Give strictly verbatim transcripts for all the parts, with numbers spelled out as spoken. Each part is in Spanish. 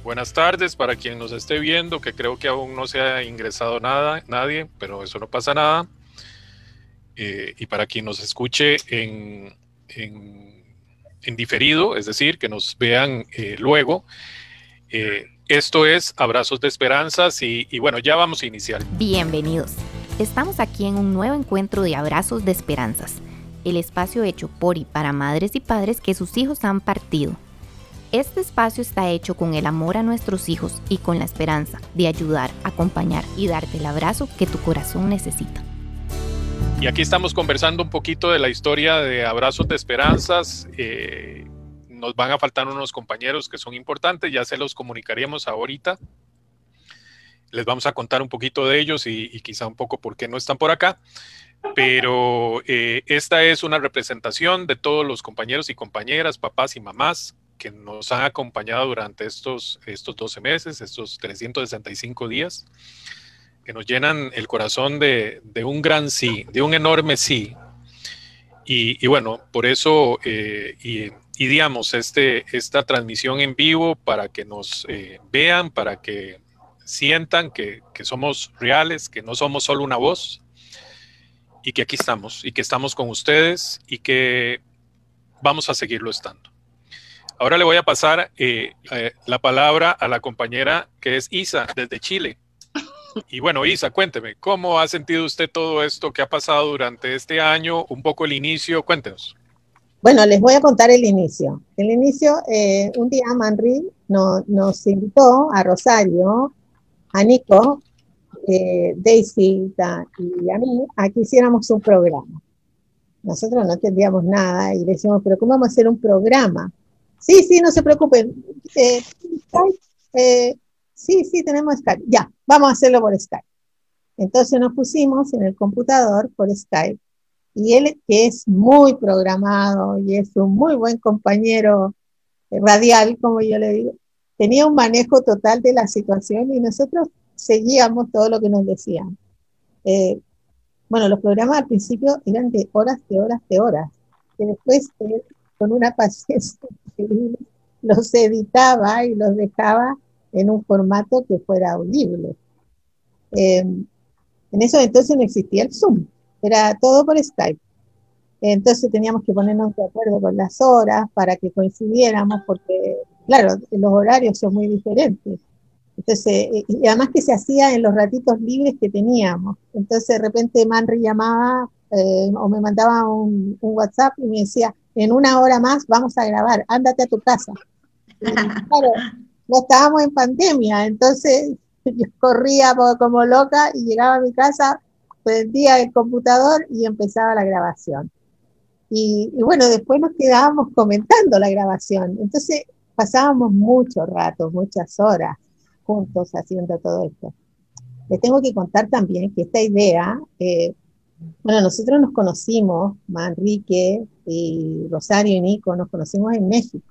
Buenas tardes para quien nos esté viendo, que creo que aún no se ha ingresado nada, nadie, pero eso no pasa nada. Eh, y para quien nos escuche en, en, en diferido, es decir, que nos vean eh, luego. Eh, esto es Abrazos de Esperanzas y, y bueno, ya vamos a iniciar. Bienvenidos. Estamos aquí en un nuevo encuentro de Abrazos de Esperanzas, el espacio hecho por y para madres y padres que sus hijos han partido. Este espacio está hecho con el amor a nuestros hijos y con la esperanza de ayudar, acompañar y darte el abrazo que tu corazón necesita. Y aquí estamos conversando un poquito de la historia de Abrazos de Esperanzas. Eh, nos van a faltar unos compañeros que son importantes, ya se los comunicaríamos ahorita. Les vamos a contar un poquito de ellos y, y quizá un poco por qué no están por acá. Pero eh, esta es una representación de todos los compañeros y compañeras, papás y mamás que nos han acompañado durante estos, estos doce meses, estos trescientos sesenta y cinco días, que nos llenan el corazón de, de un gran sí, de un enorme sí. Y, y bueno, por eso eh, y, y digamos, este, esta transmisión en vivo para que nos eh, vean, para que sientan que, que somos reales, que no somos solo una voz, y que aquí estamos, y que estamos con ustedes, y que vamos a seguirlo estando. Ahora le voy a pasar eh, eh, la palabra a la compañera que es Isa, desde Chile. Y bueno, Isa, cuénteme, ¿cómo ha sentido usted todo esto que ha pasado durante este año? Un poco el inicio, cuéntenos. Bueno, les voy a contar el inicio. El inicio, eh, un día Manri no, nos invitó a Rosario, a Nico, eh, Daisy y a mí, a que hiciéramos un programa. Nosotros no entendíamos nada y le decíamos, pero ¿cómo vamos a hacer un programa? Sí, sí, no se preocupen. Eh, eh, sí, sí, tenemos Skype. Ya, vamos a hacerlo por Skype. Entonces nos pusimos en el computador por Skype y él, que es muy programado y es un muy buen compañero radial, como yo le digo, tenía un manejo total de la situación y nosotros seguíamos todo lo que nos decían. Eh, bueno, los programas al principio eran de horas, de horas, de horas, que después él, con una paciencia increíble, los editaba y los dejaba en un formato que fuera audible. Eh, en eso entonces no existía el Zoom, era todo por Skype. Entonces teníamos que ponernos de acuerdo con las horas para que coincidiéramos, porque, claro, los horarios son muy diferentes. Entonces, y además que se hacía en los ratitos libres que teníamos. Entonces, de repente Manri llamaba eh, o me mandaba un, un WhatsApp y me decía, en una hora más vamos a grabar, ándate a tu casa. Y, claro, no estábamos en pandemia, entonces yo corría como loca y llegaba a mi casa, prendía el computador y empezaba la grabación. Y, y bueno, después nos quedábamos comentando la grabación. Entonces, pasábamos mucho rato, muchas horas juntos haciendo todo esto. Les tengo que contar también que esta idea, eh, bueno, nosotros nos conocimos, Manrique y Rosario y Nico, nos conocimos en México.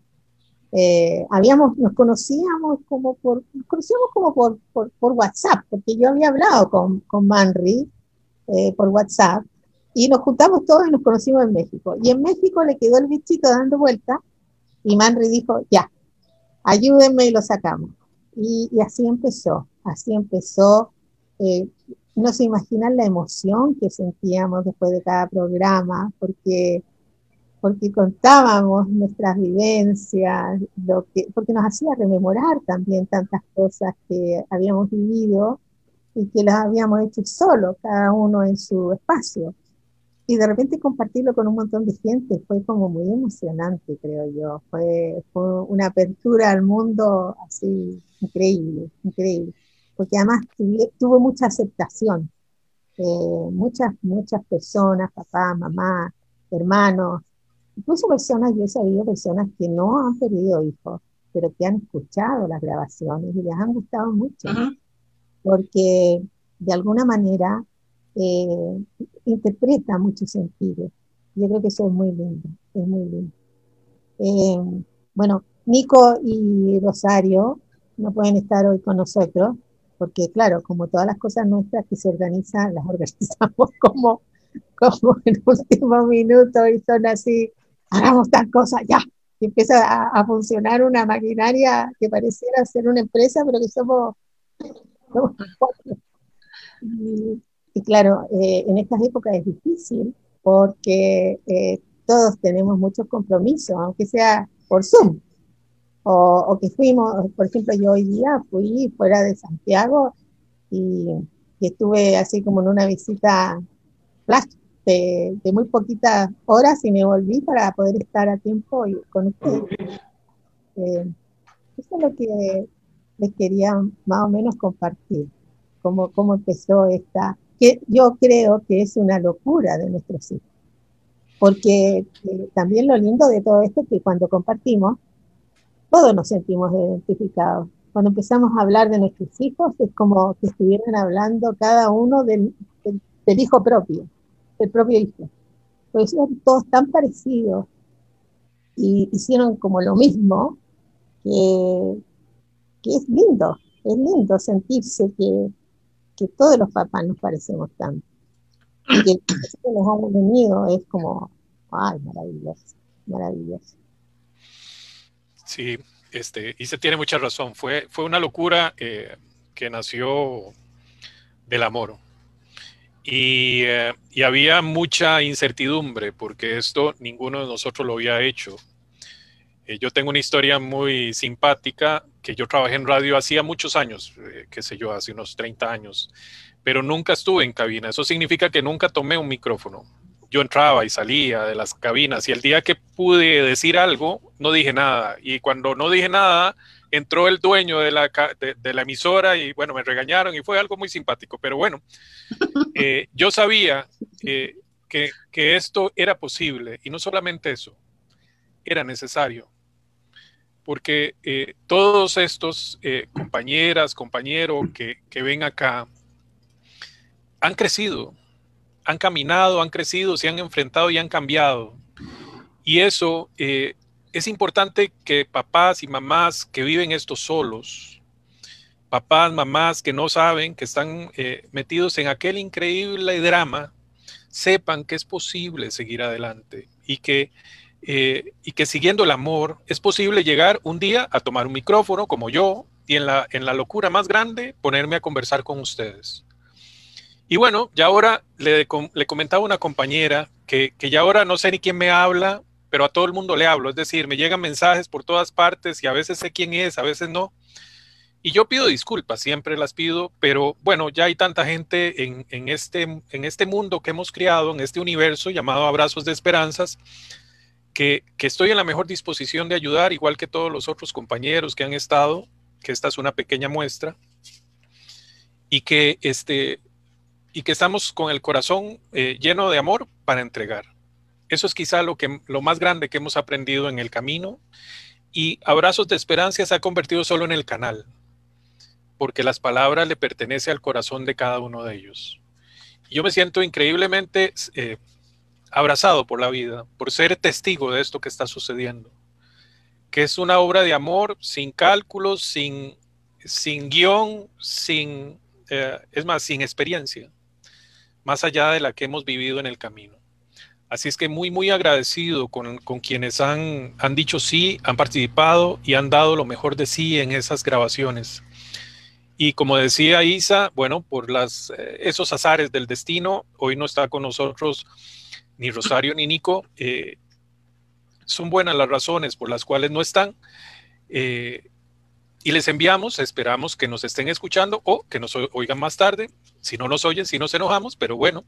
Eh, habíamos, nos conocíamos como por, nos conocíamos como por, por, por WhatsApp, porque yo había hablado con, con Manri eh, por WhatsApp, y nos juntamos todos y nos conocimos en México. Y en México le quedó el bichito dando vuelta, y Manri dijo, ya, ayúdenme y lo sacamos. Y, y así empezó, así empezó. Eh, no se imaginan la emoción que sentíamos después de cada programa, porque, porque contábamos nuestras vivencias, lo que, porque nos hacía rememorar también tantas cosas que habíamos vivido y que las habíamos hecho solo, cada uno en su espacio. Y de repente compartirlo con un montón de gente fue como muy emocionante, creo yo. Fue, fue una apertura al mundo así increíble, increíble. Porque además tuve, tuvo mucha aceptación. Eh, muchas, muchas personas, papá, mamá, hermanos, incluso personas, yo he sabido personas que no han perdido hijos, pero que han escuchado las grabaciones y les han gustado mucho. Uh-huh. Porque de alguna manera eh, interpreta muchos sentidos. Yo creo que eso es muy lindo, es muy lindo. Eh, bueno, Nico y Rosario no pueden estar hoy con nosotros, porque claro, como todas las cosas nuestras que se organizan, las organizamos como, como en último minuto y son así, hagamos tal cosa, ya, que empieza a, a funcionar una maquinaria que pareciera ser una empresa, pero que somos, somos cuatro. Y, y claro, eh, en estas épocas es difícil porque eh, todos tenemos muchos compromisos, aunque sea por Zoom. O, o que fuimos, por ejemplo, yo hoy día fui fuera de Santiago y, y estuve así como en una visita flash de, de muy poquitas horas y me volví para poder estar a tiempo y, con ustedes. Eh, eso es lo que les quería más o menos compartir, cómo, cómo empezó esta, que yo creo que es una locura de nuestros hijos, porque eh, también lo lindo de todo esto es que cuando compartimos, todos nos sentimos identificados. Cuando empezamos a hablar de nuestros hijos, es como que estuvieran hablando cada uno del, del, del hijo propio, del propio hijo. Pues son todos tan parecidos y hicieron como lo mismo, que, que es lindo, es lindo sentirse que, que todos los papás nos parecemos tanto. Y que nos han unido es como, ay, maravilloso, maravilloso. Sí, este, y se tiene mucha razón. Fue, fue una locura eh, que nació del amor. Y, eh, y había mucha incertidumbre porque esto ninguno de nosotros lo había hecho. Eh, yo tengo una historia muy simpática que yo trabajé en radio hacía muchos años, eh, qué sé yo, hace unos treinta años, pero nunca estuve en cabina. Eso significa que nunca tomé un micrófono. Yo entraba y salía de las cabinas y el día que pude decir algo, no dije nada. Y cuando no dije nada, entró el dueño de la, de, de la emisora y bueno, me regañaron y fue algo muy simpático. Pero bueno, eh, yo sabía eh, que, que esto era posible y no solamente eso, era necesario. Porque eh, todos estos eh, compañeras, compañeros que, que ven acá han crecido, han caminado, han crecido, se han enfrentado y han cambiado. Y eso eh, es importante que papás y mamás que viven esto solos, papás, mamás que no saben, que están eh, metidos en aquel increíble drama, sepan que es posible seguir adelante y que, eh, y que siguiendo el amor es posible llegar un día a tomar un micrófono como yo y en la, en la locura más grande ponerme a conversar con ustedes. Y bueno, ya ahora le, le comentaba a una compañera que, que ya ahora no sé ni quién me habla, pero a todo el mundo le hablo. Es decir, me llegan mensajes por todas partes y a veces sé quién es, a veces no. Y yo pido disculpas, siempre las pido, pero bueno, ya hay tanta gente en, en, este, en este mundo que hemos creado, en este universo llamado Abrazos de Esperanzas, que, que estoy en la mejor disposición de ayudar, igual que todos los otros compañeros que han estado, que esta es una pequeña muestra, y que este... y que estamos con el corazón eh, lleno de amor para entregar. Eso es quizá lo, que, lo más grande que hemos aprendido en el camino, y Abrazos de Esperanza se ha convertido solo en el canal, porque las palabras le pertenecen al corazón de cada uno de ellos. Y yo me siento increíblemente eh, abrazado por la vida, por ser testigo de esto que está sucediendo, que es una obra de amor sin cálculos, sin, sin guión, sin, eh, es más, sin experiencia, más allá de la que hemos vivido en el camino. Así es que muy, muy agradecido con, con quienes han, han dicho sí, han participado y han dado lo mejor de sí en esas grabaciones. Y como decía Isa, bueno, por las, eh, esos azares del destino, hoy no está con nosotros ni Rosario ni Nico. Eh, son buenas las razones por las cuales no están. Eh, y les enviamos, esperamos que nos estén escuchando o que nos oigan más tarde. Si no nos oyen, si nos enojamos, pero bueno.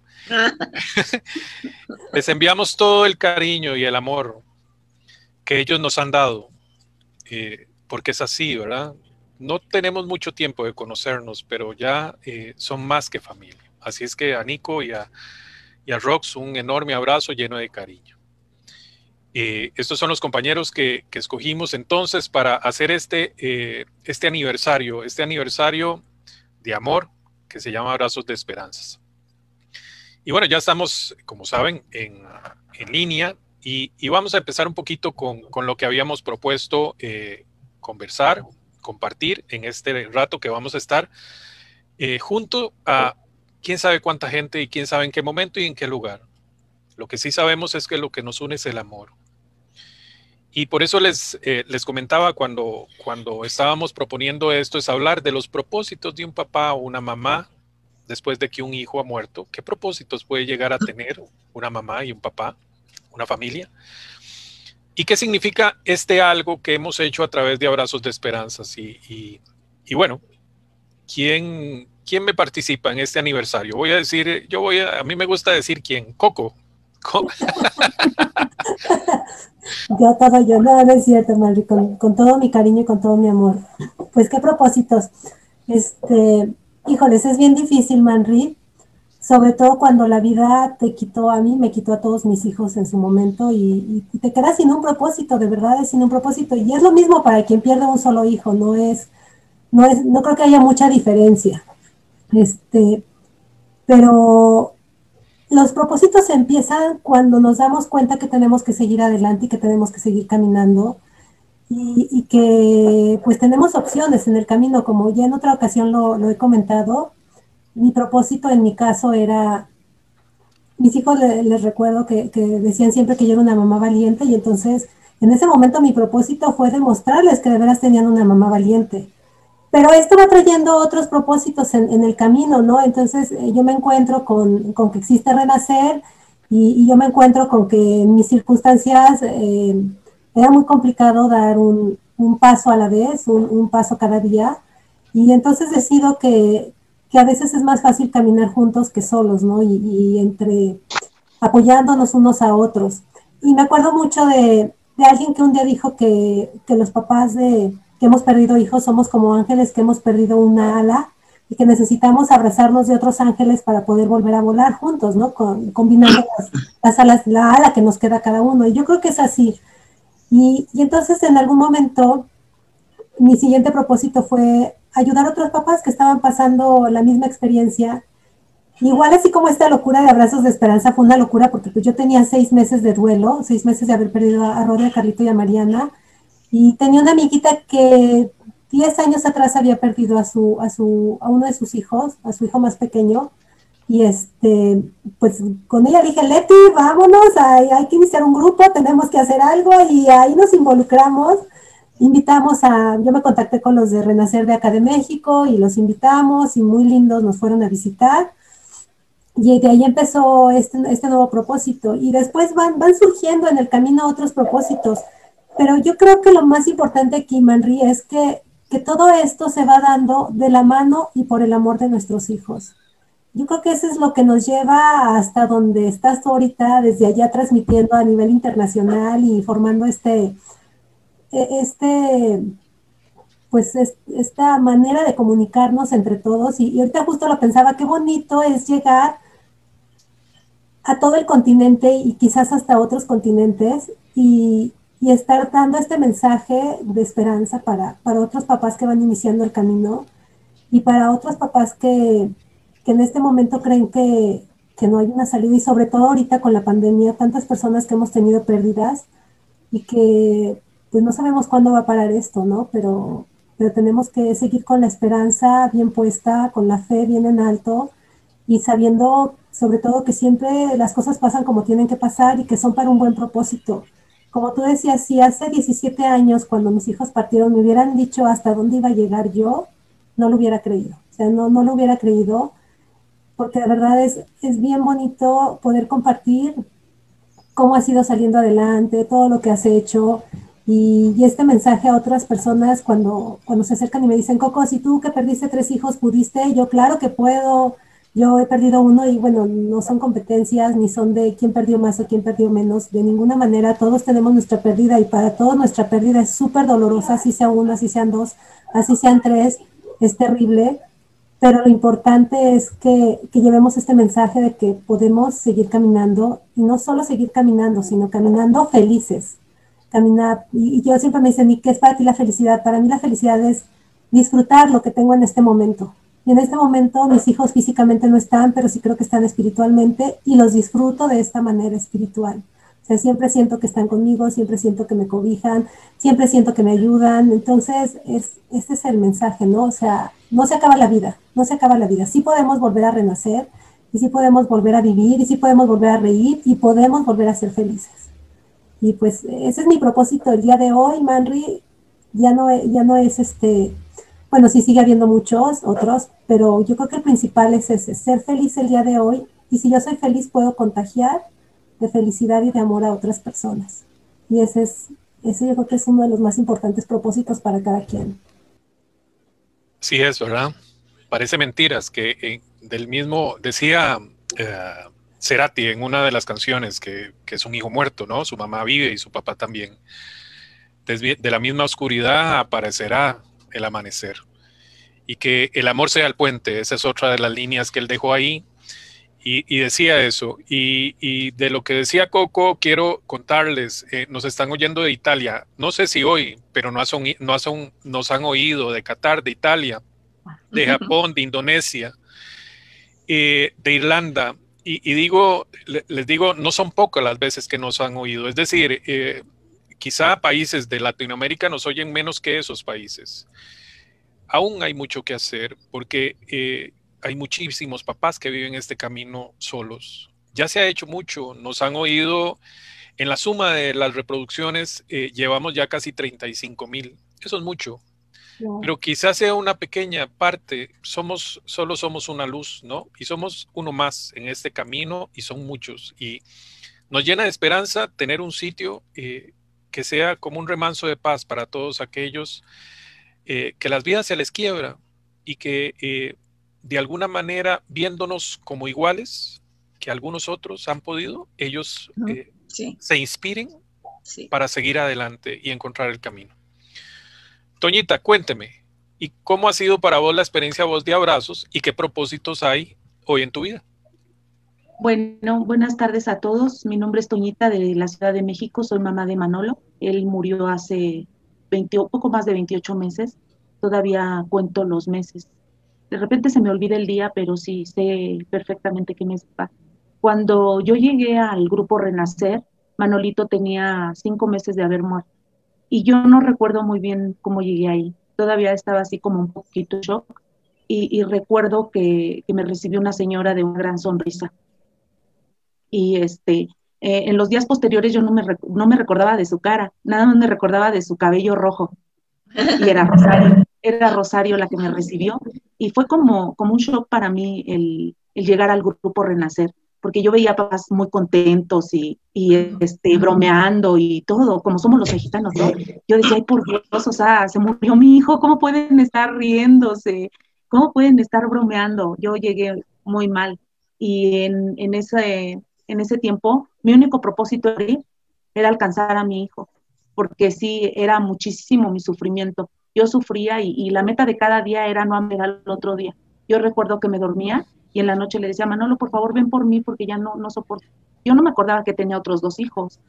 Les enviamos todo el cariño y el amor que ellos nos han dado, eh, porque es así, ¿verdad? No tenemos mucho tiempo de conocernos, pero ya eh, son más que familia. Así es que a Nico y a, y a Rox un enorme abrazo lleno de cariño. Eh, estos son los compañeros que, que escogimos entonces para hacer este, eh, este aniversario, este aniversario de amor que se llama Abrazos de Esperanzas. Y bueno, ya estamos, como saben, en, en línea y, y vamos a empezar un poquito con, con lo que habíamos propuesto eh, conversar, compartir en este rato que vamos a estar eh, junto a quién sabe cuánta gente y quién sabe en qué momento y en qué lugar. Lo que sí sabemos es que lo que nos une es el amor. Y por eso les, eh, les comentaba cuando, cuando estábamos proponiendo esto, es hablar de los propósitos de un papá o una mamá después de que un hijo ha muerto. ¿Qué propósitos puede llegar a tener una mamá y un papá, una familia? ¿Y qué significa este algo que hemos hecho a través de Abrazos de Esperanzas? Y, y, y bueno, ¿quién, ¿quién me participa en este aniversario? Voy a decir, yo voy a, a mí me gusta decir quién, Coco. Coco. Yo todo yo, no, no es cierto, Manri, con, con todo mi cariño y con todo mi amor. Pues qué propósitos. Este, híjoles, es bien difícil, Manri, sobre todo cuando la vida te quitó a mí, me quitó a todos mis hijos en su momento y, y te quedas sin un propósito, de verdad es sin un propósito. Y es lo mismo para quien pierde un solo hijo, no es, no es, no creo que haya mucha diferencia. Este, pero los propósitos empiezan cuando nos damos cuenta que tenemos que seguir adelante y que tenemos que seguir caminando y, y que pues tenemos opciones en el camino, como ya en otra ocasión lo, lo he comentado. Mi propósito en mi caso era, mis hijos le, les recuerdo que, que decían siempre que yo era una mamá valiente y entonces en ese momento mi propósito fue demostrarles que de veras tenían una mamá valiente. Pero esto va trayendo otros propósitos en, en el camino, ¿no? Entonces eh, yo me encuentro con, con que existe Renacer y, y yo me encuentro con que en mis circunstancias eh, era muy complicado dar un, un paso a la vez, un, un paso cada día. Y entonces decido que, que a veces es más fácil caminar juntos que solos, ¿no? Y, y entre apoyándonos unos a otros. Y me acuerdo mucho de, de alguien que un día dijo que, que los papás de... que hemos perdido hijos, somos como ángeles que hemos perdido una ala y que necesitamos abrazarnos de otros ángeles para poder volver a volar juntos, ¿no? Con, combinando las, las alas, la ala que nos queda cada uno. Y yo creo que es así. Y, y entonces en algún momento mi siguiente propósito fue ayudar a otros papás que estaban pasando la misma experiencia. Igual así como esta locura de Abrazos de Esperanza fue una locura porque pues yo tenía seis meses de duelo, seis meses de haber perdido a Rory, a Carlito y a Mariana. Y tenía una amiguita que diez años atrás había perdido a su, a su, a uno de sus hijos, a su hijo más pequeño. Y este, pues con ella dije, Leti, vámonos, hay, hay que iniciar un grupo, tenemos que hacer algo, y ahí nos involucramos. Invitamos a, yo me contacté con los de Renacer de acá de México y los invitamos y muy lindos nos fueron a visitar. Y de ahí empezó este, este nuevo propósito. Y después van, van surgiendo en el camino otros propósitos. Pero yo creo que lo más importante aquí, Manri, es que, que todo esto se va dando de la mano y por el amor de nuestros hijos. Yo creo que eso es lo que nos lleva hasta donde estás tú ahorita, desde allá transmitiendo a nivel internacional y formando este, este, pues es, esta manera de comunicarnos entre todos. Y, y ahorita justo lo pensaba, qué bonito es llegar a todo el continente y quizás hasta otros continentes y y estar dando este mensaje de esperanza para, para otros papás que van iniciando el camino y para otros papás que, que en este momento creen que, que no hay una salida y sobre todo ahorita con la pandemia, tantas personas que hemos tenido pérdidas y que pues no sabemos cuándo va a parar esto, ¿no? Pero, pero tenemos que seguir con la esperanza bien puesta, con la fe bien en alto y sabiendo sobre todo que siempre las cosas pasan como tienen que pasar y que son para un buen propósito. Como tú decías, si hace diecisiete años, cuando mis hijos partieron, me hubieran dicho hasta dónde iba a llegar yo, no lo hubiera creído. O sea, no, no lo hubiera creído, porque de verdad es, es bien bonito poder compartir cómo has ido saliendo adelante, todo lo que has hecho, y, y este mensaje a otras personas cuando, cuando se acercan y me dicen, Coco, si tú que perdiste tres hijos pudiste, yo claro que puedo. Yo he perdido uno y bueno, no son competencias ni son de quién perdió más o quién perdió menos. De ninguna manera, todos tenemos nuestra pérdida y para todos nuestra pérdida es súper dolorosa, así sea uno, así sean dos, así sean tres, es terrible. Pero lo importante es que, que llevemos este mensaje de que podemos seguir caminando y no solo seguir caminando, sino caminando felices. Caminar, y, y yo siempre me dicen, ¿y qué es para ti la felicidad? Para mí la felicidad es disfrutar lo que tengo en este momento. Y en este momento mis hijos físicamente no están, pero sí creo que están espiritualmente y los disfruto de esta manera espiritual. O sea, siempre siento que están conmigo, siempre siento que me cobijan, siempre siento que me ayudan. Entonces, es, este es el mensaje, ¿no? O sea, no se acaba la vida, no se acaba la vida. Sí podemos volver a renacer y sí podemos volver a vivir y sí podemos volver a reír y podemos volver a ser felices. Y pues ese es mi propósito el día de hoy, Manri. Ya no, ya no es este, bueno, sí sigue habiendo muchos otros, pero yo creo que el principal es ese, ser feliz el día de hoy. Y si yo soy feliz, puedo contagiar de felicidad y de amor a otras personas. Y ese es, ese yo creo que es uno de los más importantes propósitos para cada quien. Sí es, ¿verdad? Parece mentiras que eh, del mismo, decía eh, Cerati en una de las canciones que, que es un hijo muerto, ¿no? Su mamá vive y su papá también. Desde, de la misma oscuridad aparecerá el amanecer. Y que el amor sea el puente, esa es otra de las líneas que él dejó ahí. Y, y decía eso. Y, y de lo que decía Coco, quiero contarles, eh, nos están oyendo de Italia, no sé si hoy, pero nos han, nos han, nos han oído de Qatar, de Italia, de Japón, de Indonesia, eh, de Irlanda. Y, y digo, le, les digo, no son pocas las veces que nos han oído. Es decir, eh, quizá países de Latinoamérica nos oyen menos que esos países. Aún hay mucho que hacer porque eh, hay muchísimos papás que viven este camino solos. Ya se ha hecho mucho, nos han oído en la suma de las reproducciones, eh, llevamos ya casi treinta y cinco mil. Eso es mucho. Wow. Pero quizás sea una pequeña parte, somos, solo somos una luz, ¿no? Y somos uno más en este camino y son muchos. Y nos llena de esperanza tener un sitio eh, que sea como un remanso de paz para todos aquellos eh, que las vidas se les quiebra y que eh, de alguna manera, viéndonos como iguales que algunos otros han podido, ellos eh, sí. se inspiren sí. para seguir adelante y encontrar el camino. Toñita, cuénteme, ¿y cómo ha sido para vos la experiencia Voz de Abrazos y qué propósitos hay hoy en tu vida? Bueno, buenas tardes a todos. Mi nombre es Toñita de la Ciudad de México, soy mamá de Manolo. Él murió hace veinte, poco más de veintiocho meses, todavía cuento los meses. De repente se me olvida el día, pero sí sé perfectamente qué mes va. Cuando yo llegué al grupo Renacer, Manolito tenía cinco meses de haber muerto. Y yo no recuerdo muy bien cómo llegué ahí. Todavía estaba así como un poquito shock. Y, y recuerdo que, que me recibió una señora de una gran sonrisa. Y este, eh, en los días posteriores yo no me, no me recordaba de su cara, nada más me recordaba de su cabello rojo. Y era Rosario, era Rosario la que me recibió. Y fue como, como un shock para mí el, el llegar al grupo Renacer, porque yo veía a papás muy contentos y, y este, bromeando y todo, como somos los mexicanos, ¿no? Yo decía, ay, por Dios, o sea, se murió mi hijo, ¿cómo pueden estar riéndose? ¿Cómo pueden estar bromeando? Yo llegué muy mal. Y en, en, ese, en ese tiempo, mi único propósito era alcanzar a mi hijo, porque sí, era muchísimo mi sufrimiento. Yo sufría y, y la meta de cada día era no amargar al otro día. Yo recuerdo que me dormía y en la noche le decía, Manolo, por favor, ven por mí porque ya no, no soporto. Yo no me acordaba que tenía otros dos hijos.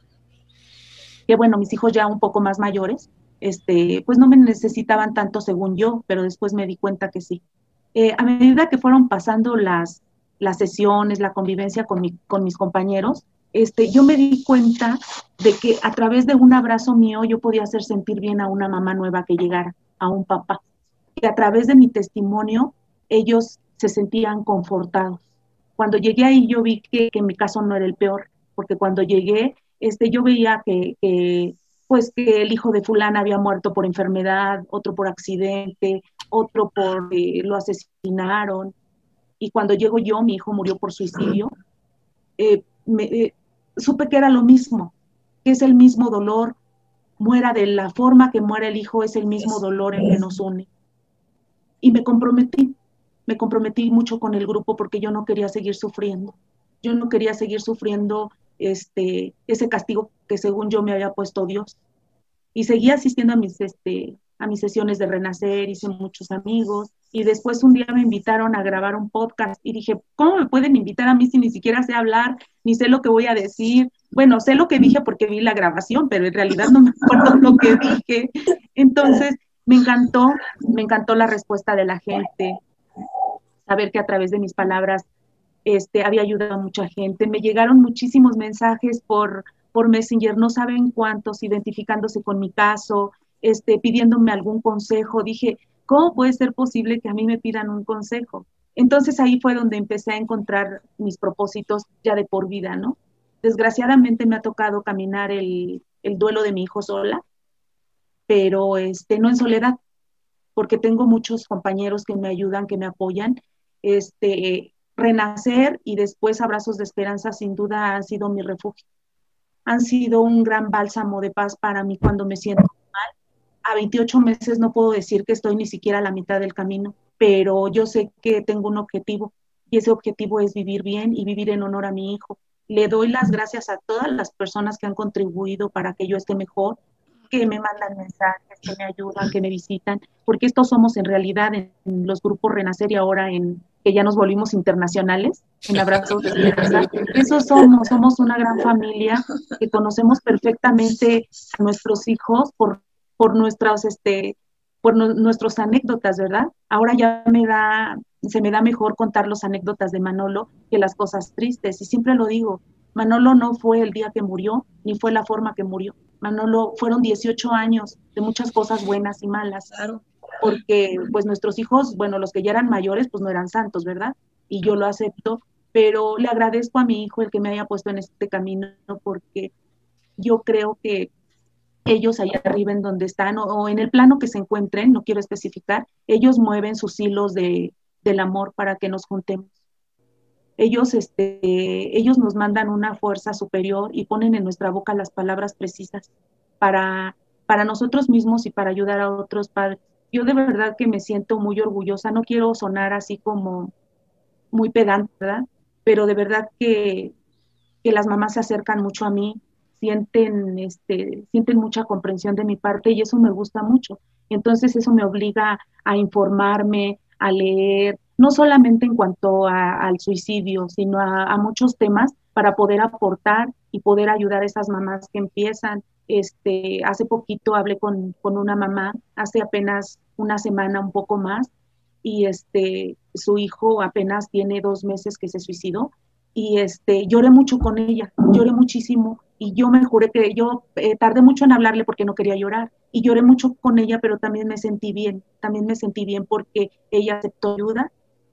Que bueno, mis hijos ya un poco más mayores, este, pues no me necesitaban tanto según yo, pero después me di cuenta que sí. Eh, a medida que fueron pasando las, las sesiones, la convivencia con, mi, con mis compañeros, este, yo me di cuenta de que a través de un abrazo mío yo podía hacer sentir bien a una mamá nueva que llegara, a un papá. Y a través de mi testimonio, ellos se sentían confortados. Cuando llegué ahí yo vi que, que mi caso no era el peor, porque cuando llegué este, yo veía que, que, pues, que el hijo de fulana había muerto por enfermedad, otro por accidente, otro por eh, lo asesinaron. Y cuando llego yo, mi hijo murió por suicidio, eh, me, eh, supe que era lo mismo, que es el mismo dolor, muera de la forma que muere el hijo, es el mismo dolor el que nos une. Y me comprometí, me comprometí mucho con el grupo porque yo no quería seguir sufriendo. Yo no quería seguir sufriendo este, ese castigo que según yo me había puesto Dios. Y seguí asistiendo a mis, este, a mis sesiones de Renacer, hice muchos amigos, y después un día me invitaron a grabar un podcast, y dije, ¿cómo me pueden invitar a mí si ni siquiera sé hablar, ni sé lo que voy a decir? Bueno, sé lo que dije porque vi la grabación, pero en realidad no me acuerdo lo que dije. Entonces, me encantó, me encantó la respuesta de la gente, saber que a través de mis palabras este, había ayudado a mucha gente. Me llegaron muchísimos mensajes por, por Messenger, no saben cuántos, identificándose con mi caso, este, pidiéndome algún consejo. Dije, ¿cómo puede ser posible que a mí me pidan un consejo? Entonces ahí fue donde empecé a encontrar mis propósitos ya de por vida, ¿no? Desgraciadamente me ha tocado caminar el, el duelo de mi hijo sola, pero este, no en soledad, porque tengo muchos compañeros que me ayudan, que me apoyan. Este, Renacer y después Abrazos de Esperanza sin duda han sido mi refugio. Han sido un gran bálsamo de paz para mí cuando me siento mal. A veintiocho meses no puedo decir que estoy ni siquiera a la mitad del camino, pero yo sé que tengo un objetivo y ese objetivo es vivir bien y vivir en honor a mi hijo. Le doy las gracias a todas las personas que han contribuido para que yo esté mejor, que me mandan mensajes, que me ayudan, que me visitan, porque estos somos en realidad en los grupos Renacer y ahora en que ya nos volvimos internacionales, en Abrazos de Esperanza. Eso somos, somos una gran familia que conocemos perfectamente a nuestros hijos por, por nuestras, este, por no, nuestras anécdotas, ¿verdad? Ahora ya me da, se me da mejor contar las anécdotas de Manolo que las cosas tristes, y siempre lo digo, Manolo no fue el día que murió, ni fue la forma que murió. Manolo, fueron dieciocho años de muchas cosas buenas y malas, claro, porque pues nuestros hijos, bueno, los que ya eran mayores, pues no eran santos, ¿verdad? Y yo lo acepto, pero le agradezco a mi hijo el que me haya puesto en este camino, porque yo creo que ellos allá arriba en donde están, o, o en el plano que se encuentren, no quiero especificar, ellos mueven sus hilos de, del amor para que nos juntemos. Ellos, este, ellos nos mandan una fuerza superior y ponen en nuestra boca las palabras precisas para, para nosotros mismos y para ayudar a otros padres. Yo de verdad que me siento muy orgullosa, no quiero sonar así como muy pedante, ¿verdad? Pero de verdad que, que las mamás se acercan mucho a mí, sienten, este, sienten mucha comprensión de mi parte y eso me gusta mucho. Entonces eso me obliga a informarme, a leer, no solamente en cuanto a, al suicidio, sino a, a muchos temas para poder aportar y poder ayudar a esas mamás que empiezan. Este, hace poquito hablé con, con una mamá, hace apenas una semana, un poco más, y este, su hijo apenas tiene dos meses que se suicidó, y este, lloré mucho con ella, lloré muchísimo, y yo me juré que yo eh, tardé mucho en hablarle porque no quería llorar, y lloré mucho con ella, pero también me sentí bien, también me sentí bien porque ella aceptó ayuda,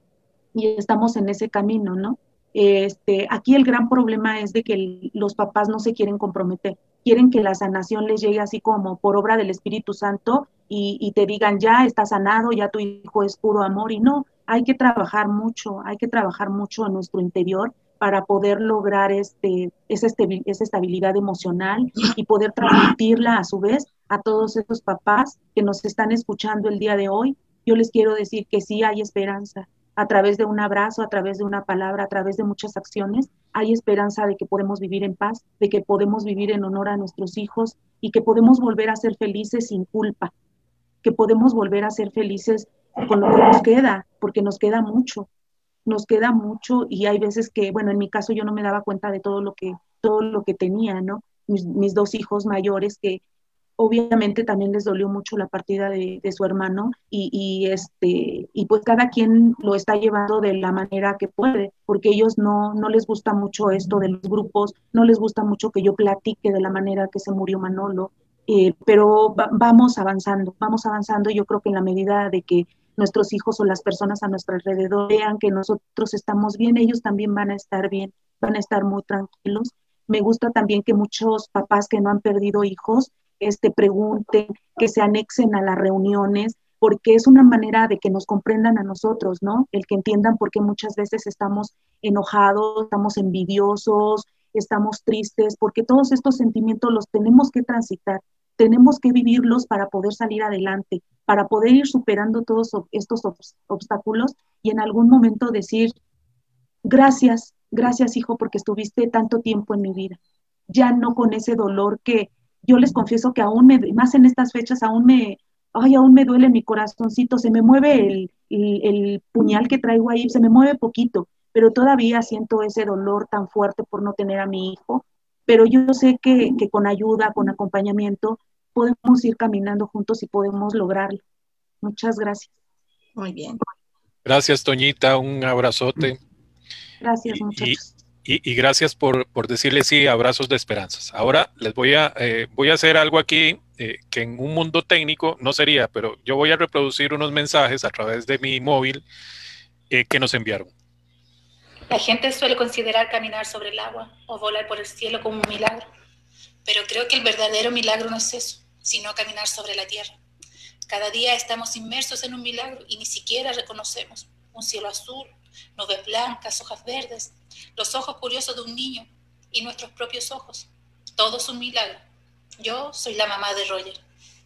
y estamos en ese camino, ¿no? Este, aquí el gran problema es de que el, los papás no se quieren comprometer, quieren que la sanación les llegue así como por obra del Espíritu Santo y, y te digan, ya está sanado, ya tu hijo es puro amor, y no, hay que trabajar mucho, hay que trabajar mucho en nuestro interior para poder lograr este, esa, estabil, esa estabilidad emocional y poder transmitirla a su vez a todos esos papás que nos están escuchando el día de hoy. Yo les quiero decir que sí hay esperanza. A través de un abrazo, a través de una palabra, a través de muchas acciones, hay esperanza de que podemos vivir en paz, de que podemos vivir en honor a nuestros hijos y que podemos volver a ser felices sin culpa, que podemos volver a ser felices con lo que nos queda, porque nos queda mucho, nos queda mucho y hay veces que, bueno, en mi caso yo no me daba cuenta de todo lo que, todo lo que tenía, ¿no? Mis, mis dos hijos mayores que obviamente también les dolió mucho la partida de, de su hermano y, y, este, y pues cada quien lo está llevando de la manera que puede, porque ellos no, no les gusta mucho esto de los grupos, no les gusta mucho que yo platique de la manera que se murió Manolo, eh, pero va, vamos avanzando, vamos avanzando. Yo creo que en la medida de que nuestros hijos o las personas a nuestro alrededor vean que nosotros estamos bien, ellos también van a estar bien, van a estar muy tranquilos. Me gusta también que muchos papás que no han perdido hijos Este, pregunten, que se anexen a las reuniones, porque es una manera de que nos comprendan a nosotros, ¿no? El que entiendan por qué muchas veces estamos enojados, estamos envidiosos, estamos tristes, porque todos estos sentimientos los tenemos que transitar, tenemos que vivirlos para poder salir adelante, para poder ir superando todos estos obstáculos y en algún momento decir, gracias, gracias hijo, porque estuviste tanto tiempo en mi vida, ya no con ese dolor que yo les confieso que aún me, más en estas fechas, aún me, ay, aún me duele mi corazoncito, se me mueve el, el, el puñal que traigo ahí, se me mueve poquito, pero todavía siento ese dolor tan fuerte por no tener a mi hijo, pero yo sé que, que con ayuda, con acompañamiento, podemos ir caminando juntos y podemos lograrlo. Muchas gracias. Muy bien. Gracias, Toñita, un abrazote. Gracias, muchachos. Y, y, y gracias por, por decirle sí a Abrazos de Esperanzas. Ahora les voy a, eh, voy a hacer algo aquí eh, que en un mundo técnico no sería, pero yo voy a reproducir unos mensajes a través de mi móvil eh, que nos enviaron. La gente suele considerar caminar sobre el agua o volar por el cielo como un milagro. Pero creo que el verdadero milagro no es eso, sino caminar sobre la tierra. Cada día estamos inmersos en un milagro y ni siquiera reconocemos un cielo azul, nubes blancas, hojas verdes, los ojos curiosos de un niño y nuestros propios ojos. Todo es un milagro. Yo soy la mamá de Roger.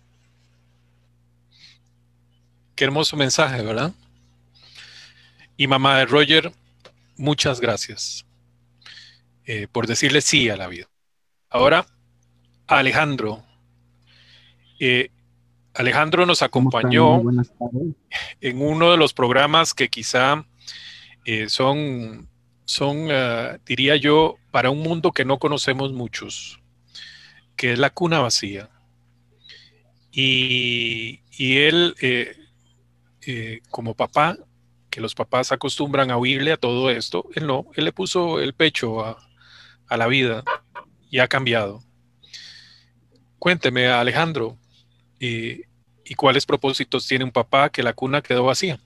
Qué hermoso mensaje, ¿verdad? Y mamá de Roger, muchas gracias eh, por decirle sí a la vida. Ahora, Alejandro. Eh, Alejandro nos acompañó en uno de los programas que quizá eh, son, son uh, diría yo, para un mundo que no conocemos muchos, que es La Cuna Vacía. Y, y él, eh, eh, como papá, que los papás acostumbran a huirle a todo esto, él no, él le puso el pecho a, a la vida y ha cambiado. Cuénteme, Alejandro, ¿y, y cuáles propósitos tiene un papá que la cuna quedó vacía?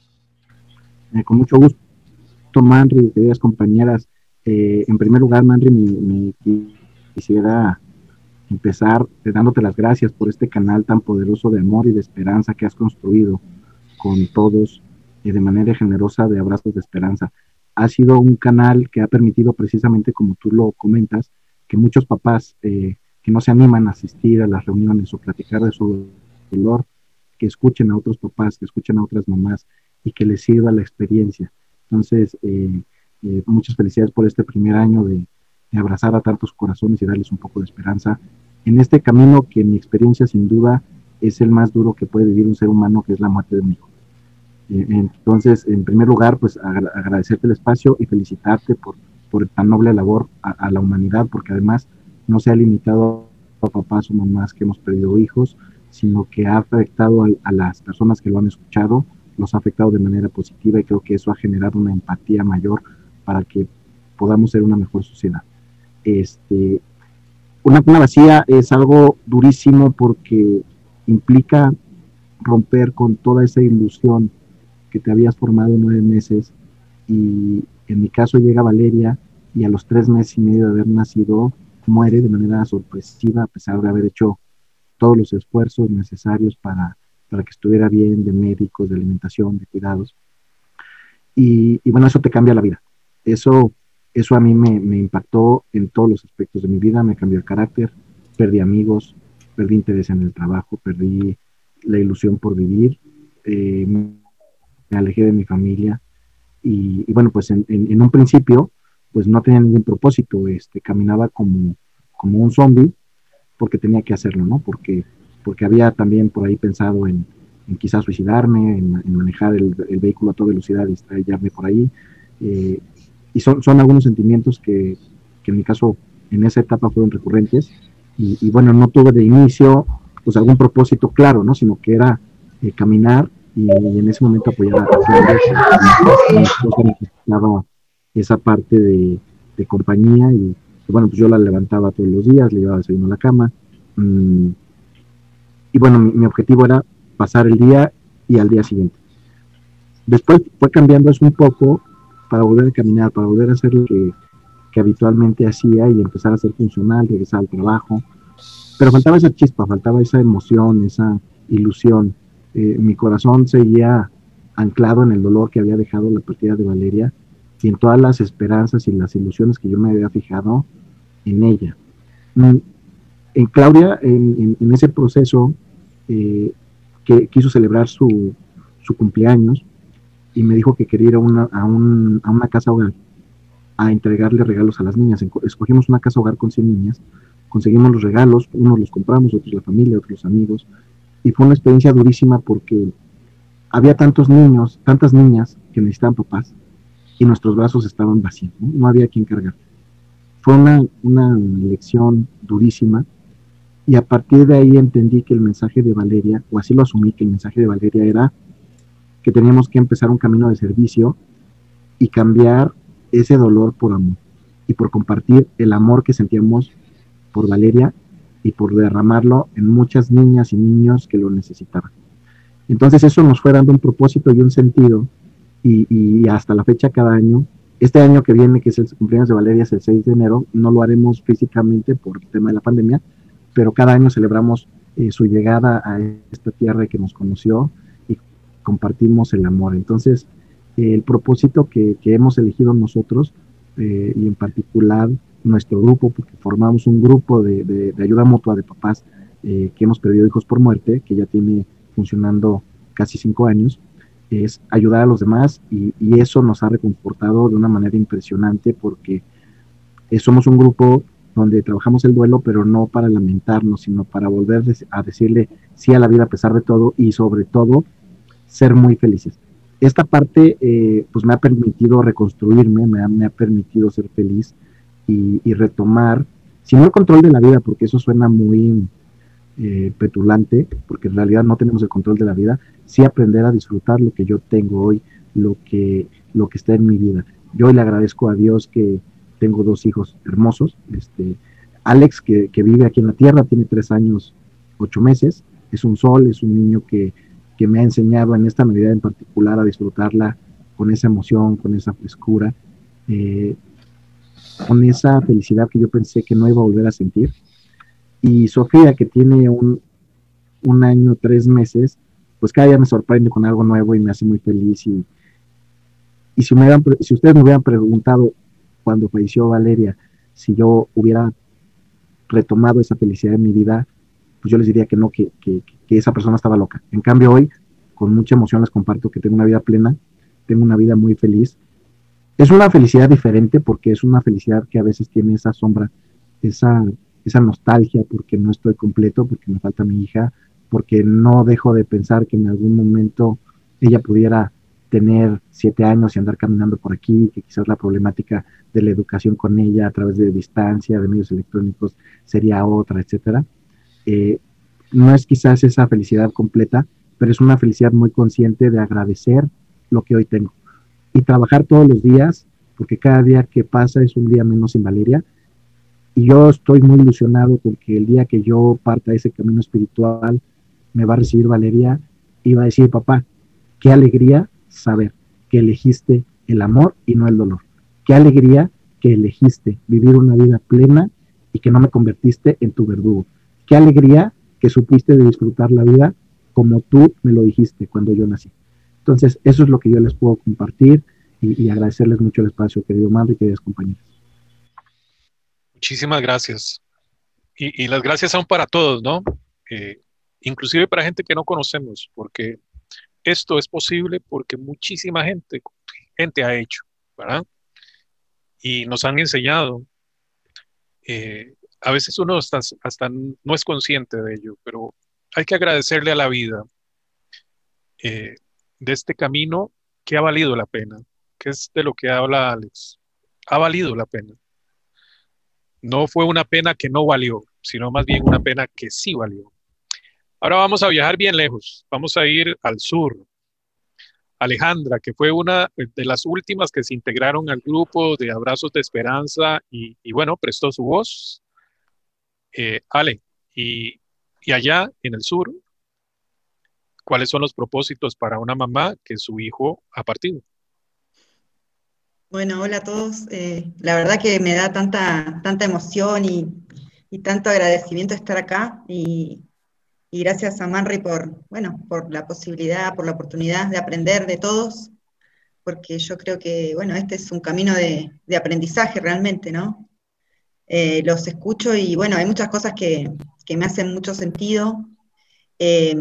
Eh, con mucho gusto, Manri, queridas compañeras. Eh, en primer lugar, Manri, me, me quisiera empezar dándote las gracias por este canal tan poderoso de amor y de esperanza que has construido con todos y de manera generosa de Abrazos de Esperanza. Ha sido un canal que ha permitido, precisamente como tú lo comentas, que muchos papás eh, que no se animan a asistir a las reuniones o platicar de su dolor, que escuchen a otros papás, que escuchen a otras mamás y que les sirva la experiencia. Entonces, eh, eh, muchas felicidades por este primer año de, de abrazar a tantos corazones y darles un poco de esperanza en este camino que en mi experiencia sin duda es el más duro que puede vivir un ser humano, que es la muerte de un hijo. Eh, entonces, en primer lugar, pues agra- agradecerte el espacio y felicitarte por, por tan noble labor a, a la humanidad, porque además no se ha limitado a papás o mamás que hemos perdido hijos, sino que ha afectado a, a las personas que lo han escuchado, los ha afectado de manera positiva, y creo que eso ha generado una empatía mayor para que podamos ser una mejor sociedad. Este, una cuna vacía es algo durísimo porque implica romper con toda esa ilusión que te habías formado nueve meses, y en mi caso llega Valeria y a los tres meses y medio de haber nacido muere de manera sorpresiva, a pesar de haber hecho todos los esfuerzos necesarios para, para que estuviera bien, de médicos, de alimentación, de cuidados. Y, y bueno, eso te cambia la vida. Eso, eso a mí me, me impactó en todos los aspectos de mi vida, me cambió el carácter, perdí amigos, perdí interés en el trabajo, perdí la ilusión por vivir, eh, me alejé de mi familia y, y bueno, pues en, en, en un principio pues no tenía ningún propósito, este, caminaba como, como un zombie porque tenía que hacerlo, ¿no? Porque, porque había también por ahí pensado en, en quizás suicidarme, en, en manejar el, el vehículo a toda velocidad y estrellarme por ahí, eh, y son, son algunos sentimientos que, que en mi caso en esa etapa fueron recurrentes, y, y bueno, no tuve de inicio pues algún propósito claro, ¿no? Sino que era eh, caminar y, y en ese momento apoyar a mi esposa, necesitaba esa parte de, de compañía, y bueno, pues yo la levantaba todos los días, le llevaba desayuno a la cama, mmm, y bueno, mi, mi objetivo era pasar el día y al día siguiente. Después fue cambiando eso un poco para volver a caminar, para volver a hacer lo que, que habitualmente hacía y empezar a ser funcional, regresar al trabajo, pero faltaba esa chispa, faltaba esa emoción, esa ilusión. Eh, mi corazón seguía anclado en el dolor que había dejado la partida de Valeria y en todas las esperanzas y las ilusiones que yo me había fijado en ella. En Claudia, en, en, en ese proceso, eh, que quiso celebrar su, su cumpleaños y me dijo que quería ir a una, a, un, a una casa hogar a entregarle regalos a las niñas. Escogimos una casa hogar con cien niñas, conseguimos los regalos, unos los compramos, otros la familia, otros los amigos, y fue una experiencia durísima porque había tantos niños, tantas niñas que necesitaban papás, y nuestros brazos estaban vacíos, ¿no? No había quien cargar. Fue una, una lección durísima, y a partir de ahí entendí que el mensaje de Valeria, o así lo asumí, que el mensaje de Valeria era que teníamos que empezar un camino de servicio y cambiar ese dolor por amor, y por compartir el amor que sentíamos por Valeria y por derramarlo en muchas niñas y niños que lo necesitaban. Entonces eso nos fue dando un propósito y un sentido, y, y hasta la fecha cada año Este año que viene, que es el cumpleaños de Valeria, es el seis de enero, no lo haremos físicamente por el tema de la pandemia, pero cada año celebramos eh, su llegada a esta tierra que nos conoció y compartimos el amor. Entonces, eh, el propósito que, que hemos elegido nosotros, eh, y en particular nuestro grupo, porque formamos un grupo de, de, de ayuda mutua de papás eh, que hemos perdido hijos por muerte, que ya tiene funcionando casi cinco años, es ayudar a los demás, y, y eso nos ha reconfortado de una manera impresionante, porque eh, somos un grupo donde trabajamos el duelo, pero no para lamentarnos, sino para volver a decirle sí a la vida a pesar de todo, y sobre todo ser muy felices. Esta parte eh, pues me ha permitido reconstruirme, me ha, me ha permitido ser feliz y, y retomar, si no el control de la vida, porque eso suena muy eh, petulante, porque en realidad no tenemos el control de la vida, sí aprender a disfrutar lo que yo tengo hoy, lo que, lo que está en mi vida. Yo hoy le agradezco a Dios que tengo dos hijos hermosos, este, Alex, que, que vive aquí en la tierra, tiene tres años, ocho meses, es un sol, es un niño que, que me ha enseñado en esta Navidad en particular a disfrutarla con esa emoción, con esa frescura, eh, con esa felicidad que yo pensé que no iba a volver a sentir. Y Sofía, que tiene un, un año, tres meses, pues cada día me sorprende con algo nuevo y me hace muy feliz. Y, y si, me hubieran, si ustedes me hubieran preguntado cuando falleció Valeria, si yo hubiera retomado esa felicidad en mi vida, pues yo les diría que no, que, que, que esa persona estaba loca. En cambio hoy, con mucha emoción les comparto que tengo una vida plena, tengo una vida muy feliz. Es una felicidad diferente, porque es una felicidad que a veces tiene esa sombra, esa, esa nostalgia, porque no estoy completo, porque me falta mi hija, porque no dejo de pensar que en algún momento ella pudiera tener siete años y andar caminando por aquí, que quizás la problemática de la educación con ella a través de distancia, de medios electrónicos, sería otra, etcétera. Eh, no es quizás esa felicidad completa, pero es una felicidad muy consciente de agradecer lo que hoy tengo y trabajar todos los días, porque cada día que pasa es un día menos sin Valeria, y yo estoy muy ilusionado porque el día que yo parta ese camino espiritual me va a recibir Valeria y va a decir: papá, qué alegría saber que elegiste el amor y no el dolor, qué alegría que elegiste vivir una vida plena y que no me convertiste en tu verdugo, qué alegría que supiste de disfrutar la vida como tú me lo dijiste cuando yo nací. Entonces, eso es lo que yo les puedo compartir, y, y agradecerles mucho el espacio, querido Manri y queridas compañeras. Muchísimas gracias. Y, y las gracias son para todos, ¿no? Eh, inclusive para gente que no conocemos, porque esto es posible porque muchísima gente, gente ha hecho, ¿verdad? Y nos han enseñado. Eh, a veces uno hasta, hasta no es consciente de ello, pero hay que agradecerle a la vida eh, de este camino que ha valido la pena, que es de lo que habla Alex. Ha valido la pena. No fue una pena que no valió, sino más bien una pena que sí valió. Ahora vamos a viajar bien lejos. Vamos a ir al sur. Alejandra, que fue una de las últimas que se integraron al grupo de Abrazos de Esperanza y, y bueno, prestó su voz. Eh, Ale, y, y allá en el sur, ¿cuáles son los propósitos para una mamá que su hijo ha partido? Bueno, hola a todos. Eh, la verdad que me da tanta, tanta emoción y, y tanto agradecimiento estar acá, y, y gracias a Manri por, bueno, por la posibilidad, por la oportunidad de aprender de todos, porque yo creo que, bueno, este es un camino de, de aprendizaje realmente, ¿no? Eh, los escucho y, bueno, hay muchas cosas que, que me hacen mucho sentido. Eh,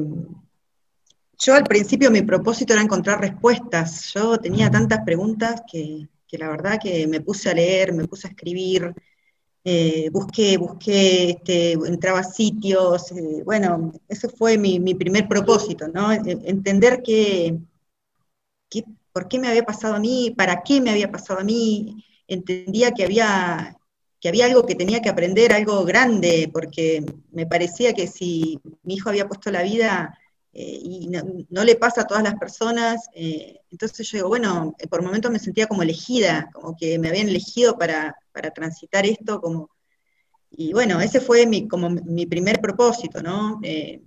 yo al principio mi propósito era encontrar respuestas. Yo tenía tantas preguntas que, que la verdad que me puse a leer, me puse a escribir, eh, busqué, busqué, este, entraba a sitios, eh, bueno, ese fue mi, mi primer propósito, ¿no? Entender que, que, por qué me había pasado a mí, para qué me había pasado a mí. Entendía que había, que había algo que tenía que aprender, algo grande, porque me parecía que si mi hijo había puesto la vida eh, y no, no le pasa a todas las personas, eh, entonces yo digo, bueno, por momentos me sentía como elegida, como que me habían elegido para, para transitar esto, como, y bueno, ese fue mi, como mi primer propósito, ¿no? Eh,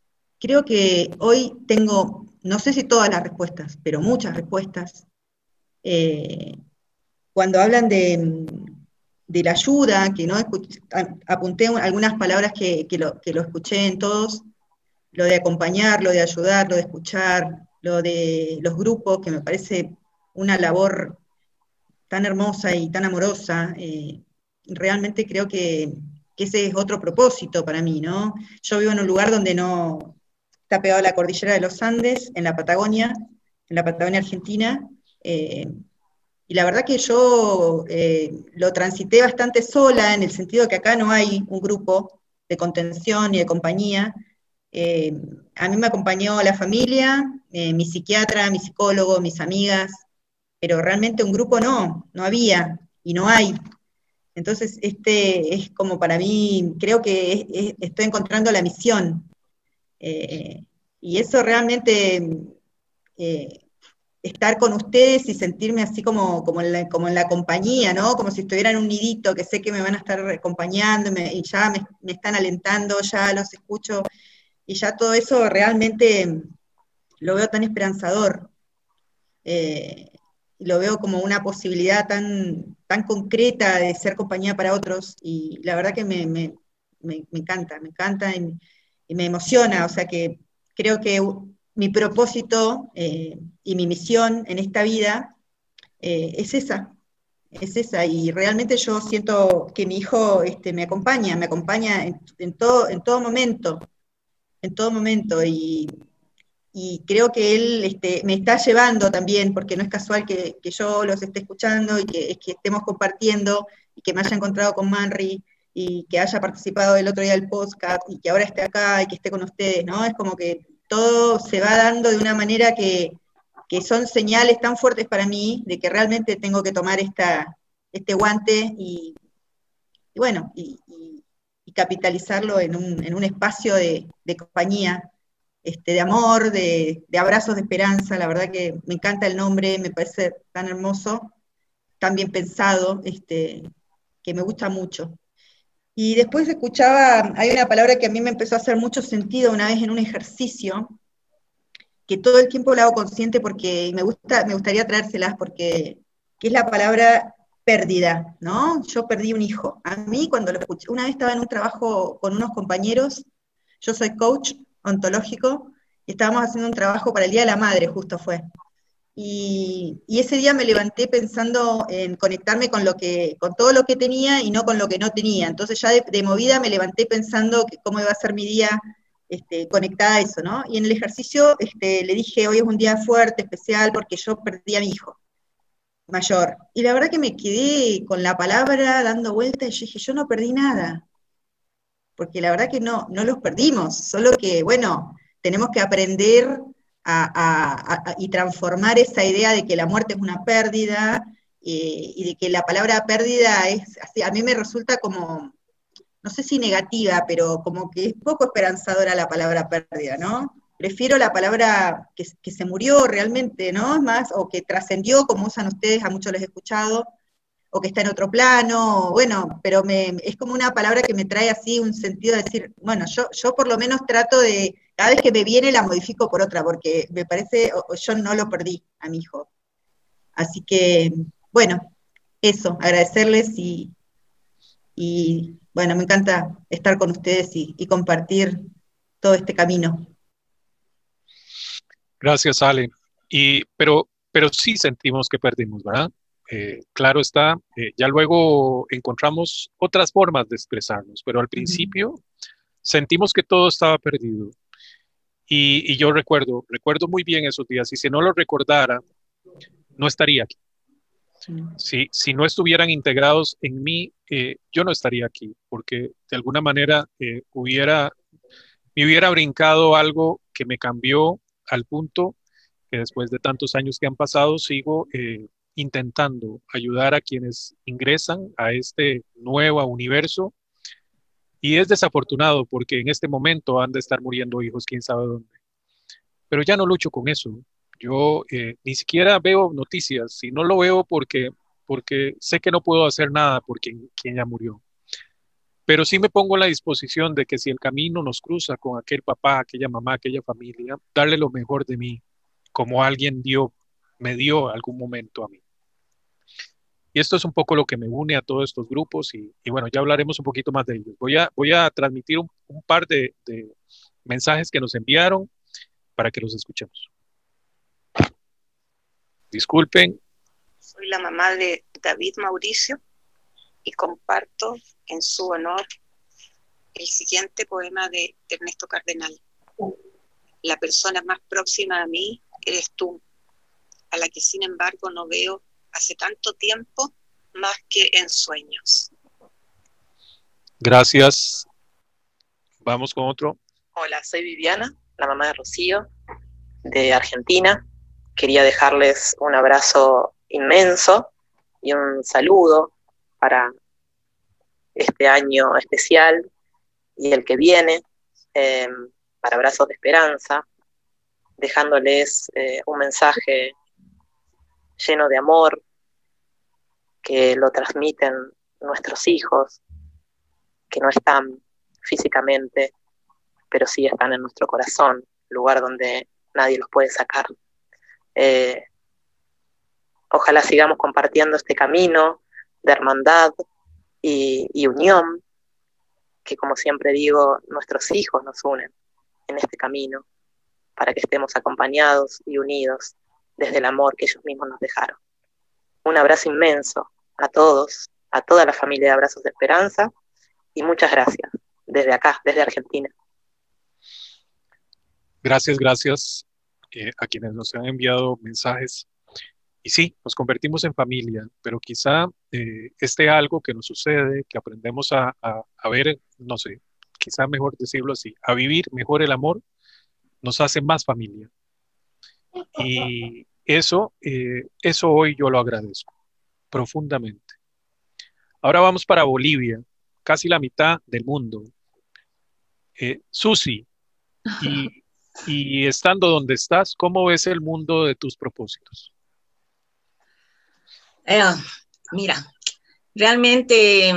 creo que hoy tengo, no sé si todas las respuestas, pero muchas respuestas, Eh, cuando hablan de, de la ayuda, que no escuché, apunté algunas palabras que, que, lo, que lo escuché en todos, lo de acompañar, lo de ayudar, lo de escuchar, lo de los grupos, que me parece una labor tan hermosa y tan amorosa. Eh, realmente creo que, que ese es otro propósito para mí, ¿no? Yo vivo en un lugar donde no está pegado a la cordillera de los Andes, en la Patagonia, en la Patagonia Argentina, eh, y la verdad que yo eh, lo transité bastante sola, en el sentido de que acá no hay un grupo de contención y de compañía. Eh, a mí me acompañó la familia, eh, mi psiquiatra, mi psicólogo, mis amigas, pero realmente un grupo no, no había y no hay. Entonces, este es como para mí, creo que es, es, estoy encontrando la misión. Eh, y eso realmente, eh, estar con ustedes y sentirme así como, como, en la, como en la compañía, ¿no? Como si estuviera en un nidito, que sé que me van a estar acompañando me, y ya me, me están alentando, ya los escucho, y ya todo eso realmente lo veo tan esperanzador. Eh, lo veo como una posibilidad tan, tan concreta de ser compañía para otros, y la verdad que me, me, me, me encanta, me encanta y, y, me emociona, o sea que creo que mi propósito eh, y mi misión en esta vida eh, es esa, es esa, y realmente yo siento que mi hijo este, me acompaña, me acompaña en, en, todo, en todo momento, en todo momento, y y creo que él este, me está llevando también, porque no es casual que, que yo los esté escuchando y que, que estemos compartiendo, y que me haya encontrado con Manri, y que haya participado el otro día del podcast, y que ahora esté acá y que esté con ustedes, ¿no? Es como que todo se va dando de una manera que, que son señales tan fuertes para mí, de que realmente tengo que tomar esta, este guante y, y bueno, y, y, y capitalizarlo en un, en un espacio de, de compañía, Este, de amor, de, de abrazos de esperanza. La verdad que me encanta el nombre, me parece tan hermoso, tan bien pensado, este, que me gusta mucho. Y después escuchaba, hay una palabra que a mí me empezó a hacer mucho sentido una vez en un ejercicio, que todo el tiempo la hago consciente porque me, gusta, me gustaría traérselas, porque que es la palabra pérdida, ¿no? Yo perdí un hijo. A mí cuando lo escuché, una vez estaba en un trabajo con unos compañeros, yo soy coach ontológico, y estábamos haciendo un trabajo para el Día de la Madre, justo fue. Y, y ese día me levanté pensando en conectarme con, lo que, con todo lo que tenía y no con lo que no tenía. Entonces ya de, de movida me levanté pensando que cómo iba a ser mi día este, conectada a eso, ¿no? Y en el ejercicio este, le dije, hoy es un día fuerte, especial, porque yo perdí a mi hijo mayor. Y la verdad que me quedé con la palabra dando vuelta, y yo dije, yo no perdí nada, porque la verdad que no, no los perdimos, solo que, bueno, tenemos que aprender a, a, a, y transformar esa idea de que la muerte es una pérdida, eh, y de que la palabra pérdida es, así, a mí me resulta como, no sé si negativa, pero como que es poco esperanzadora la palabra pérdida, ¿no? Prefiero la palabra que, que se murió realmente, ¿no? Es más, o que trascendió, como usan ustedes, a muchos los he escuchado, o que está en otro plano, bueno, pero me, es como una palabra que me trae así un sentido de decir, bueno, yo, yo por lo menos trato de, cada vez que me viene la modifico por otra, porque me parece, o, o yo no lo perdí a mi hijo. Así que, bueno, eso, agradecerles y, y bueno, me encanta estar con ustedes y, y compartir todo este camino. Gracias, Ale. Y, pero, pero sí sentimos que perdimos, ¿verdad? Eh, claro está, eh, ya luego encontramos otras formas de expresarnos, pero al principio uh-huh. sentimos que todo estaba perdido. Y, y yo recuerdo, recuerdo muy bien esos días, y si no lo recordara, no estaría aquí. Uh-huh. Si, si no estuvieran integrados en mí, eh, yo no estaría aquí, porque de alguna manera eh, hubiera, me hubiera brincado algo que me cambió al punto que después de tantos años que han pasado, sigo eh, intentando ayudar a quienes ingresan a este nuevo universo, y es desafortunado porque en este momento han de estar muriendo hijos, quién sabe dónde, pero ya no lucho con eso. Yo eh, ni siquiera veo noticias, y no lo veo porque, porque sé que no puedo hacer nada por quien, quien ya murió, pero sí me pongo en la disposición de que si el camino nos cruza con aquel papá, aquella mamá, aquella familia, darle lo mejor de mí, como alguien dio, me dio algún momento a mí. Y esto es un poco lo que me une a todos estos grupos y, y bueno, ya hablaremos un poquito más de ellos. Voy a, voy a transmitir un, un par de, de mensajes que nos enviaron para que los escuchemos. Disculpen. Soy la mamá de David Mauricio y comparto en su honor el siguiente poema de Ernesto Cardenal. La persona más próxima a mí eres tú, a la que sin embargo no veo hace tanto tiempo más que en sueños. Gracias. Vamos con otro. Hola, soy Viviana, la mamá de Rocío, de Argentina. Quería dejarles un abrazo inmenso y un saludo para este año especial y el que viene, eh, para Abrazos de Esperanza, dejándoles eh, un mensaje lleno de amor, que lo transmiten nuestros hijos, que no están físicamente, pero sí están en nuestro corazón, lugar donde nadie los puede sacar. Eh, ojalá sigamos compartiendo este camino de hermandad y, y unión, que como siempre digo, nuestros hijos nos unen en este camino, para que estemos acompañados y unidos desde el amor que ellos mismos nos dejaron. Un abrazo inmenso a todos, a toda la familia de Abrazos de Esperanza, y muchas gracias desde acá, desde Argentina. Gracias, gracias eh, a quienes nos han enviado mensajes. Y sí, nos convertimos en familia, pero quizá eh, este algo que nos sucede, que aprendemos a, a, a ver, no sé, quizá mejor decirlo así, a vivir mejor el amor, nos hace más familia. Y eso, eh, eso hoy yo lo agradezco profundamente. Ahora vamos para Bolivia, casi la mitad del mundo. Eh, Susi, y, y estando donde estás, ¿cómo ves el mundo de tus propósitos? Eh, mira, realmente,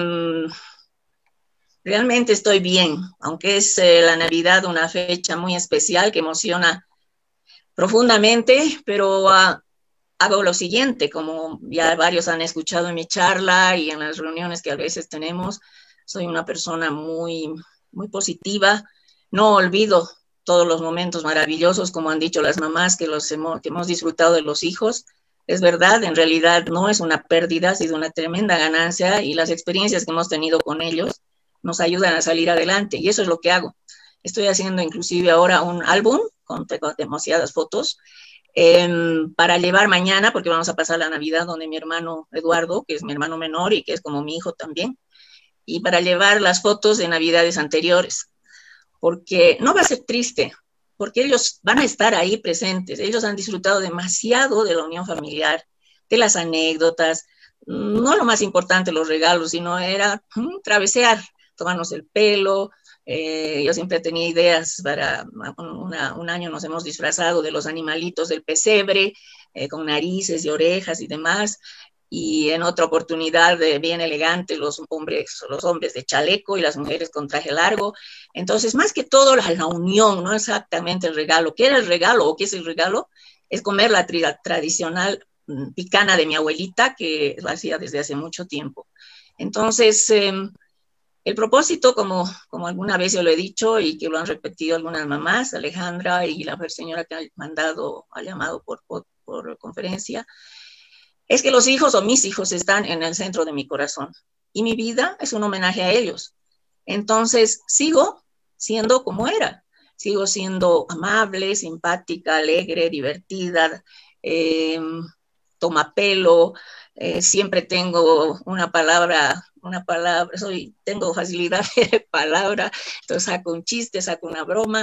realmente estoy bien, aunque es eh, la Navidad una fecha muy especial que emociona profundamente, pero uh, hago lo siguiente, como ya varios han escuchado en mi charla y en las reuniones que a veces tenemos, soy una persona muy, muy positiva, no olvido todos los momentos maravillosos, como han dicho las mamás, que, los hemos, que hemos disfrutado de los hijos. Es verdad, en realidad no es una pérdida, ha sido una tremenda ganancia y las experiencias que hemos tenido con ellos nos ayudan a salir adelante y eso es lo que hago. Estoy haciendo inclusive ahora un álbum con demasiadas fotos eh, para llevar mañana, porque vamos a pasar la Navidad donde mi hermano Eduardo, que es mi hermano menor y que es como mi hijo también, y para llevar las fotos de Navidades anteriores, porque no va a ser triste, porque ellos van a estar ahí presentes, ellos han disfrutado demasiado de la unión familiar, de las anécdotas, no lo más importante los regalos, sino era mm, travesear, tomarnos el pelo. Eh, yo siempre tenía ideas para, una, un año nos hemos disfrazado de los animalitos del pesebre, eh, con narices y orejas y demás, y en otra oportunidad de bien elegante los hombres, los hombres de chaleco y las mujeres con traje largo. Entonces, más que todo la, la unión, no exactamente el regalo. ¿Qué era el regalo o qué es el regalo? Es comer la tra tradicional mm, picana de mi abuelita, que lo hacía desde hace mucho tiempo. Entonces, eh, el propósito, como, como alguna vez yo lo he dicho y que lo han repetido algunas mamás, Alejandra y la señora que ha mandado, ha llamado por, por, por conferencia, es que los hijos o mis hijos están en el centro de mi corazón y mi vida es un homenaje a ellos. Entonces sigo siendo como era, sigo siendo amable, simpática, alegre, divertida, eh, toma pelo, eh, siempre tengo una palabra, una palabra, soy, tengo facilidad de palabra, entonces saco un chiste, saco una broma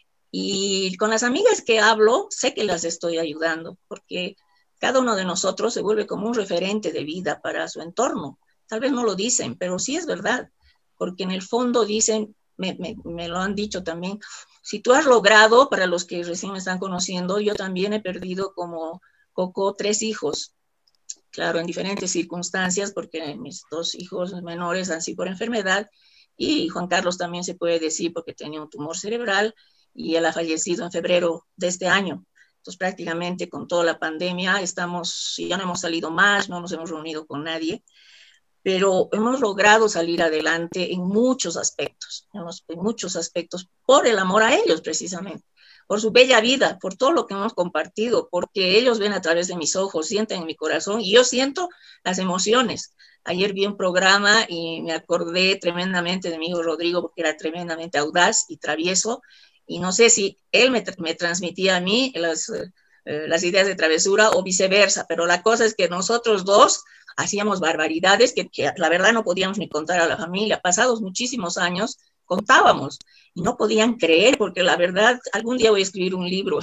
y con las amigas que hablo sé que las estoy ayudando porque cada uno de nosotros se vuelve como un referente de vida para su entorno. Tal vez no lo dicen, pero sí es verdad, porque en el fondo dicen, me, me, me lo han dicho también, si tú has logrado, para los que recién me están conociendo, yo también he perdido como Coco tres hijos, claro, en diferentes circunstancias, porque mis dos hijos menores han sido por enfermedad, y Juan Carlos también se puede decir porque tenía un tumor cerebral, y él ha fallecido en febrero de este año. Entonces prácticamente con toda la pandemia estamos, ya no hemos salido más, no nos hemos reunido con nadie, pero hemos logrado salir adelante en muchos aspectos, en muchos aspectos, por el amor a ellos precisamente, por su bella vida, por todo lo que hemos compartido, porque ellos ven a través de mis ojos, sienten en mi corazón, y yo siento las emociones. Ayer vi un programa y me acordé tremendamente de mi hijo Rodrigo, porque era tremendamente audaz y travieso, y no sé si él me, me transmitía a mí las, eh, las ideas de travesura o viceversa, pero la cosa es que nosotros dos hacíamos barbaridades que, que la verdad no podíamos ni contar a la familia. Pasados muchísimos años, contábamos y no podían creer, porque la verdad, algún día voy a escribir un libro,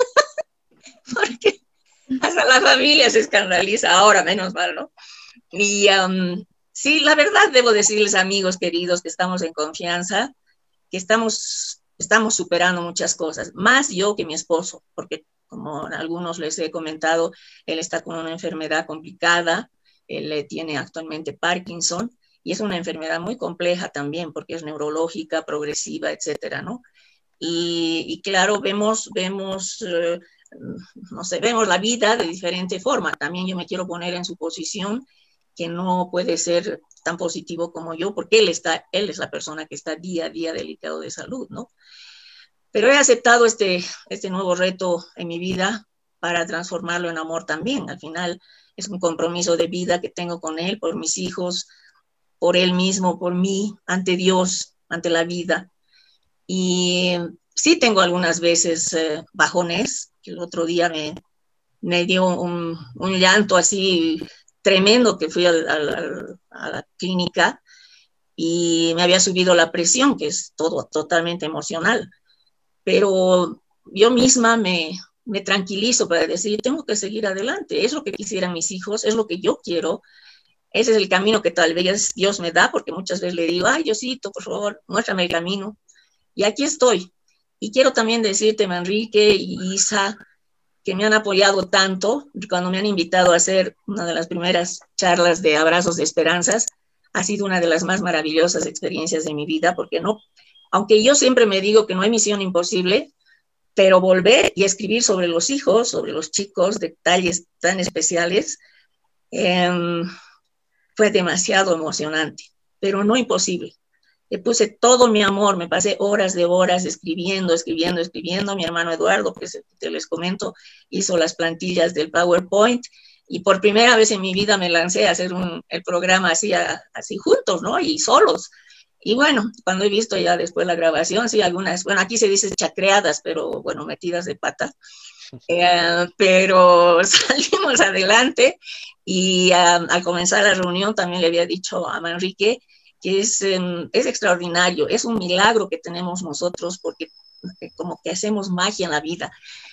porque hasta la familia se escandaliza, ahora menos mal, ¿no? Y um, sí, la verdad debo decirles, amigos queridos, que estamos en confianza, que estamos, estamos superando muchas cosas, más yo que mi esposo, porque como a algunos les he comentado, él está con una enfermedad complicada, él tiene actualmente Parkinson, y es una enfermedad muy compleja también, porque es neurológica, progresiva, etcétera, ¿no? Y, y claro, vemos, vemos, eh, no sé, vemos la vida de diferente forma. También yo me quiero poner en su posición, que no puede ser tan positivo como yo, porque él está, él es la persona que está día a día delicado de salud, ¿no? Pero he aceptado este, este nuevo reto en mi vida para transformarlo en amor también. Al final es un compromiso de vida que tengo con él, por mis hijos, por él mismo, por mí, ante Dios, ante la vida. Y sí tengo algunas veces eh, bajones, que el otro día me, me dio un, un llanto así tremendo, que fui a, a, a la clínica y me había subido la presión, que es todo totalmente emocional. Pero yo misma me, me tranquilizo para decir, tengo que seguir adelante, es lo que quisieran mis hijos, es lo que yo quiero. Ese es el camino que tal vez Dios me da, porque muchas veces le digo, ay, Diosito, por favor, muéstrame el camino. Y aquí estoy. Y quiero también decirte, Manrique y Isa, que me han apoyado tanto cuando me han invitado a hacer una de las primeras charlas de Abrazos de Esperanzas. Ha sido una de las más maravillosas experiencias de mi vida, porque no, aunque yo siempre me digo que no hay misión imposible, pero volver y escribir sobre los hijos, sobre los chicos, detalles tan especiales, eh, fue demasiado emocionante, pero no imposible. Le puse todo mi amor, me pasé horas de horas escribiendo, escribiendo, escribiendo. Mi hermano Eduardo, que te les comento, hizo las plantillas del PowerPoint, y por primera vez en mi vida me lancé a hacer un, el programa así, a, así juntos, ¿no? Y solos. Y bueno, cuando he visto ya después la grabación, sí, algunas, bueno, aquí se dice chacreadas, pero bueno, metidas de pata. Eh, pero salimos adelante, y um, al comenzar la reunión también le había dicho a Manrique que es, um, es extraordinario, es un milagro que tenemos nosotros, porque como que hacemos magia en la vida.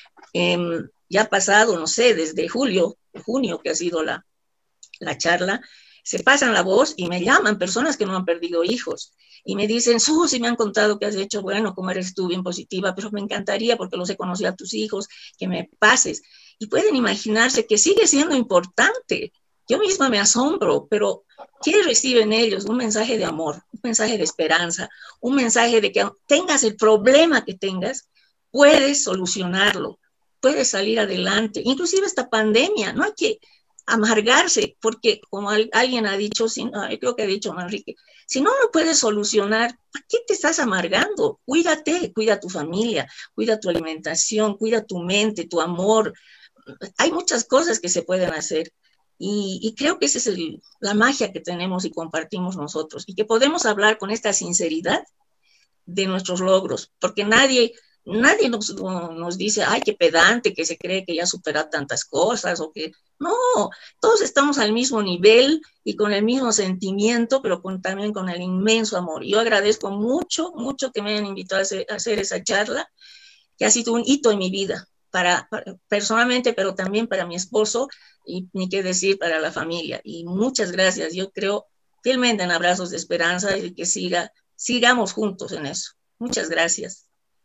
Um, ya ha pasado, no sé, desde julio, junio que ha sido la, la charla, se pasan la voz y me llaman personas que no han perdido hijos y me dicen, Susi, me han contado que has hecho, bueno, como eres tú, bien positiva, pero me encantaría, porque los he conocido a tus hijos, que me pases. Y pueden imaginarse que sigue siendo importante. Yo misma me asombro, pero ¿qué reciben ellos? Un mensaje de amor, un mensaje de esperanza, un mensaje de que tengas el problema que tengas, puedes solucionarlo, puedes salir adelante. Inclusive esta pandemia, no hay que amargarse, porque como alguien ha dicho, si no, creo que ha dicho Manrique, si no lo puedes solucionar, ¿para qué te estás amargando? Cuídate, cuida tu familia, cuida tu alimentación, cuida tu mente, tu amor. Hay muchas cosas que se pueden hacer, y, y creo que esa es el, la magia que tenemos y compartimos nosotros, y que podemos hablar con esta sinceridad de nuestros logros, porque nadie... Nadie nos, nos dice, ay, qué pedante, que se cree que ya supera tantas cosas, o que no, todos estamos al mismo nivel y con el mismo sentimiento, pero con, también con el inmenso amor. Yo agradezco mucho, mucho que me hayan invitado a hacer, a hacer esa charla, que ha sido un hito en mi vida, para, para, personalmente, pero también para mi esposo, y ni qué decir, para la familia. Y muchas gracias. Yo creo fielmente en Abrazos de Esperanza, y que siga, sigamos juntos en eso. Muchas gracias.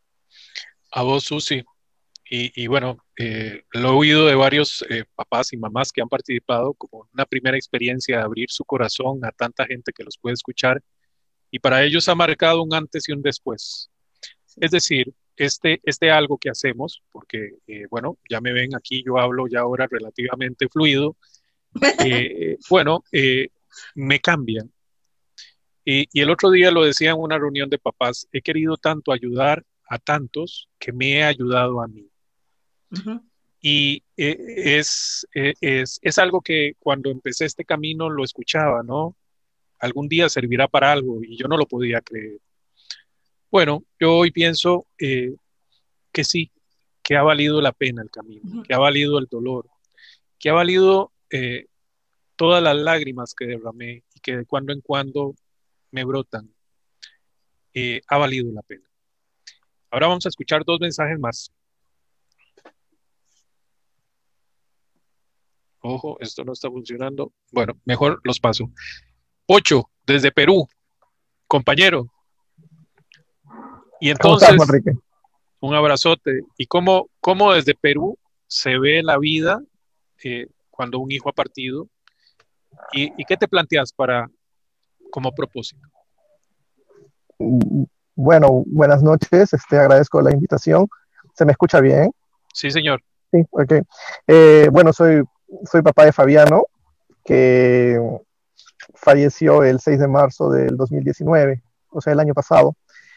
A vos, Susi. Y, y bueno, eh, lo he oído de varios eh, papás y mamás que han participado como una primera experiencia de abrir su corazón a tanta gente que los puede escuchar, y para ellos ha marcado un antes y un después. Es decir, este, este algo que hacemos, porque, eh, bueno, ya me ven aquí, yo hablo ya ahora relativamente fluido, eh, bueno, eh, me cambian. Y, y el otro día lo decía en una reunión de papás, he querido tanto ayudar a tantos que me he ayudado a mí. Uh-huh. Y eh, es, eh, es, es algo que cuando empecé este camino lo escuchaba, ¿no? Algún día servirá para algo y yo no lo podía creer. Bueno, yo hoy pienso eh, que sí, que ha valido la pena el camino, uh-huh. que ha valido el dolor, que ha valido eh, todas las lágrimas que derramé y que de cuando en cuando me brotan. Eh, ha valido la pena. Ahora vamos a escuchar dos mensajes más. Ojo, esto no está funcionando. Bueno, mejor los paso. Pocho, desde Perú, compañero. Y entonces, ¿cómo estás, Enrique? Un abrazote. ¿Y cómo, cómo desde Perú se ve la vida eh, cuando un hijo ha partido? ¿Y, y qué te planteas para, como propósito? Bueno, buenas noches. Este, agradezco la invitación. ¿Se me escucha bien? Sí, señor. Sí, ok. Eh, bueno, soy, soy papá de Fabiano, que falleció el seis de marzo del dos mil diecinueve, o sea, el año pasado.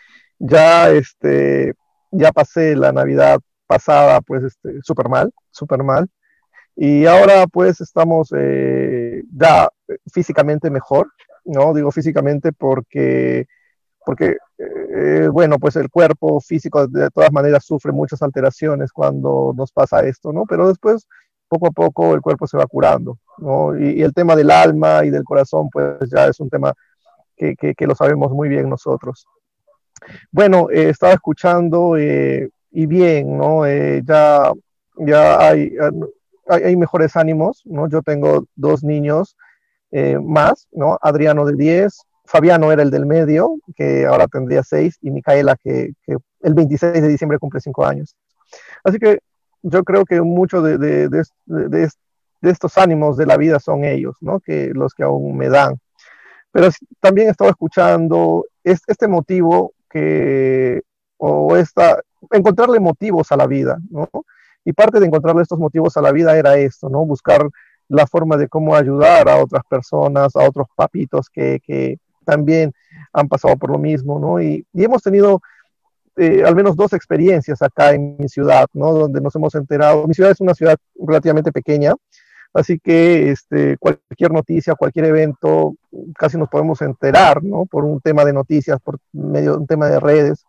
Ya, este, ya pasé la Navidad pasada, pues, este, súper mal, súper mal. Y ahora, pues, estamos eh, ya físicamente mejor, ¿no? Digo físicamente porque, porque eh, bueno, pues el cuerpo físico de todas maneras sufre muchas alteraciones cuando nos pasa esto, ¿no? Pero después, poco a poco, el cuerpo se va curando, ¿no? Y, y el tema del alma y del corazón, pues, ya es un tema que, que, que lo sabemos muy bien nosotros. Bueno, eh, estaba escuchando eh, y bien, ¿no? Eh, ya, ya hay, hay, hay mejores ánimos, ¿no? Yo tengo dos niños eh, más, ¿no? Adriano de diez, Fabiano era el del medio, que ahora tendría seis, y Micaela, que, que el veintiséis de diciembre cumple cinco años. Así que yo creo que mucho de, de, de, de, de estos ánimos de la vida son ellos, ¿no? Que los que aún me dan. Pero también he estado escuchando este, este motivo que, o esta, encontrarle motivos a la vida, ¿no? Y parte de encontrarle estos motivos a la vida era esto, ¿no? Buscar la forma de cómo ayudar a otras personas, a otros papitos que, que también han pasado por lo mismo, ¿no? Y, y hemos tenido eh, al menos dos experiencias acá en mi ciudad, ¿no? Donde nos hemos enterado. Mi ciudad es una ciudad relativamente pequeña, así que este, cualquier noticia, cualquier evento, casi nos podemos enterar, ¿no? Por un tema de noticias, por medio de un tema de redes.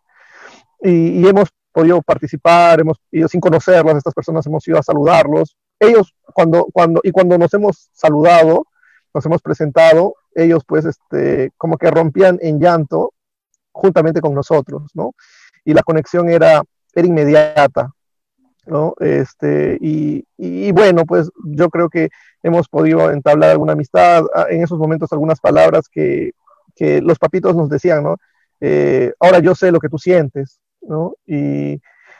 Y, y hemos podido participar, hemos ido sin conocerlas, estas personas hemos ido a saludarlos. Ellos, cuando, cuando, y cuando nos hemos saludado, nos hemos presentado, ellos pues este, como que rompían en llanto juntamente con nosotros, ¿no? Y la conexión era, era inmediata, ¿no? Este, y, y bueno, pues yo creo que hemos podido entablar alguna amistad, en esos momentos algunas palabras que, que los papitos nos decían, ¿no? Eh, ahora yo sé lo que tú sientes, ¿no? Y,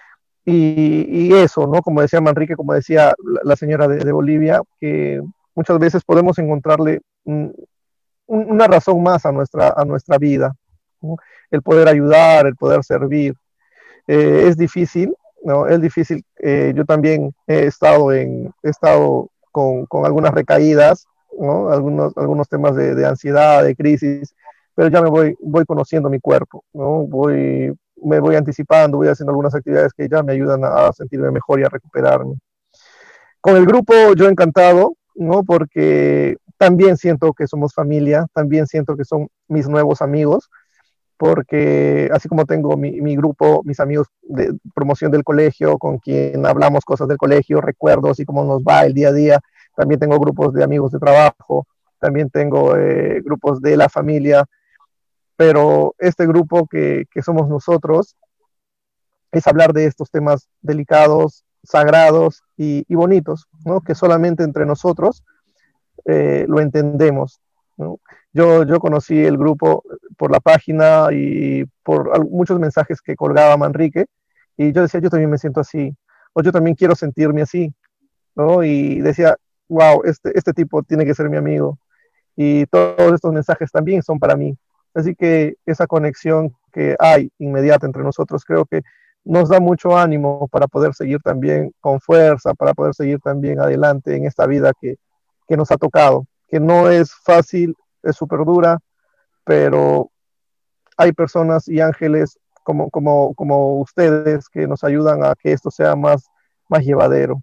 y, y eso, ¿no? Como decía Manrique, como decía la, la señora de, de Bolivia, que muchas veces podemos encontrarle un, un, una razón más a nuestra, a nuestra vida, ¿no? El poder ayudar, el poder servir. Eh, es difícil, ¿no? Es difícil. Eh, yo también he estado, en, he estado con, con algunas recaídas, ¿no? Algunos, algunos temas de, de ansiedad, de crisis, pero ya me voy, voy conociendo mi cuerpo, ¿no? Voy, me voy anticipando, voy haciendo algunas actividades que ya me ayudan a sentirme mejor y a recuperarme. Con el grupo yo encantado, ¿no? Porque también siento que somos familia, también siento que son mis nuevos amigos, porque así como tengo mi, mi grupo, mis amigos de promoción del colegio, con quien hablamos cosas del colegio, recuerdos y cómo nos va el día a día, también tengo grupos de amigos de trabajo, también tengo eh, grupos de la familia, pero este grupo que, que somos nosotros es hablar de estos temas delicados, sagrados y, y bonitos, ¿no? Que solamente entre nosotros eh, lo entendemos, ¿no? Yo, yo conocí el grupo por la página y por muchos mensajes que colgaba Manrique, y yo decía, yo también me siento así, o yo también quiero sentirme así, ¿no? Y decía, wow, este, este tipo tiene que ser mi amigo, y todos estos mensajes también son para mí. Así que esa conexión que hay inmediata entre nosotros creo que nos da mucho ánimo para poder seguir también con fuerza, para poder seguir también adelante en esta vida que, que nos ha tocado, que no es fácil, es súper dura, pero hay personas y ángeles como, como, como ustedes que nos ayudan a que esto sea más, más llevadero.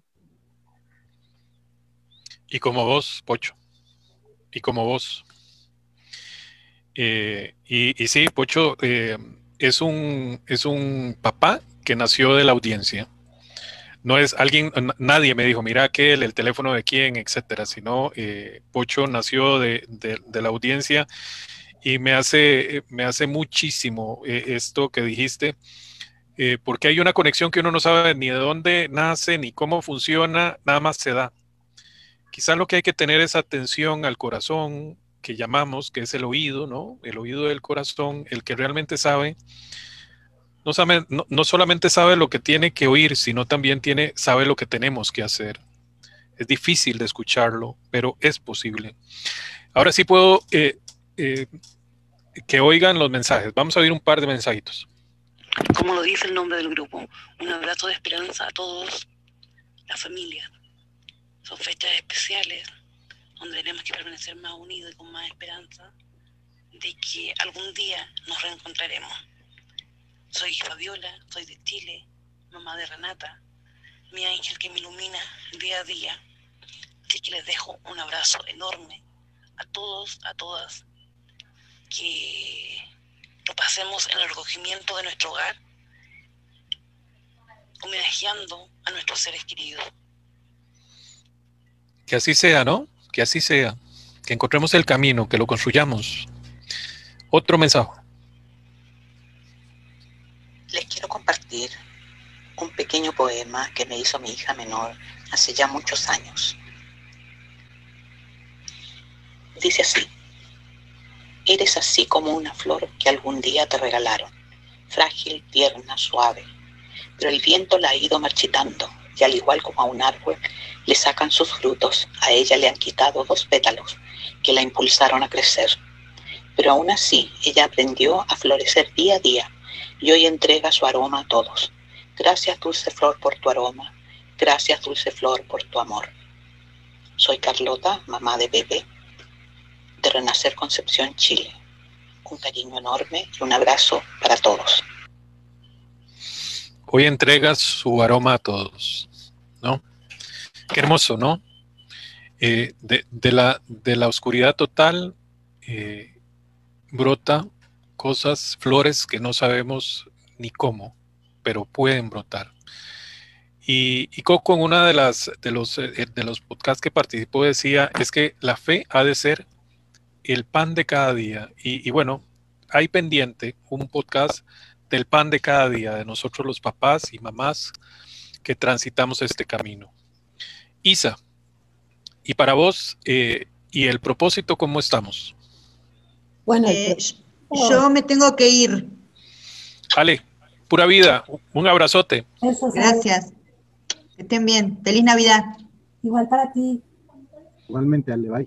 Y como vos, Pocho, y como vos. Eh, y, y sí, Pocho eh, es, un, es un papá que nació de la audiencia. No es alguien, nadie me dijo, mira aquel, el teléfono de quién, etcétera, sino eh, Pocho nació de, de, de la audiencia y me hace, me hace muchísimo eh, esto que dijiste, eh, porque hay una conexión que uno no sabe ni de dónde nace, ni cómo funciona, nada más se da. Quizás lo que hay que tener es atención al corazón, que llamamos, que es el oído, ¿no? El oído del corazón, el que realmente sabe, no, sabe, no, no solamente sabe lo que tiene que oír, sino también tiene, sabe lo que tenemos que hacer. Es difícil de escucharlo, pero es posible. Ahora sí puedo eh, eh, que oigan los mensajes. Vamos a oír un par de mensajitos. Como lo dice el nombre del grupo, un abrazo de esperanza a todos, la familia. Son fechas especiales donde tenemos que permanecer más unidos y con más esperanza de que algún día nos reencontraremos. Soy Fabiola, soy de Chile, mamá de Renata, mi ángel que me ilumina día a día. Así que les dejo un abrazo enorme a todos, a todas, que lo pasemos en el recogimiento de nuestro hogar, homenajeando a nuestros seres queridos. Que así sea, ¿no? Que así sea. Que encontremos el camino, que lo construyamos. Otro mensaje. Les quiero compartir un pequeño poema que me hizo mi hija menor hace ya muchos años. Dice así: eres así como una flor que algún día te regalaron, frágil, tierna, suave, pero el viento la ha ido marchitando y al igual como a un árbol le sacan sus frutos, a ella le han quitado dos pétalos que la impulsaron a crecer. Pero aún así ella aprendió a florecer día a día y hoy entrega su aroma a todos. Gracias, dulce flor, por tu aroma. Gracias, dulce flor, por tu amor. Soy Carlota, mamá de Pepe, de Renacer Concepción, Chile. Un cariño enorme y un abrazo para todos. Hoy entregas su aroma a todos, ¿no? Qué hermoso, ¿no? Eh, de, de, la, de la oscuridad total eh, brota cosas, flores que no sabemos ni cómo, pero pueden brotar. Y, y Coco en una de las de los, de los podcasts que participó decía, es que la fe ha de ser el pan de cada día. Y, y bueno, hay pendiente un podcast del pan de cada día, de nosotros los papás y mamás que transitamos este camino. Isa, y para vos, eh, ¿y el propósito cómo estamos? Bueno, eh, yo me tengo que ir. Vale, pura vida, un abrazote. Eso, gracias. Que estén bien. Feliz Navidad. Igual para ti. Igualmente, Ale, bye.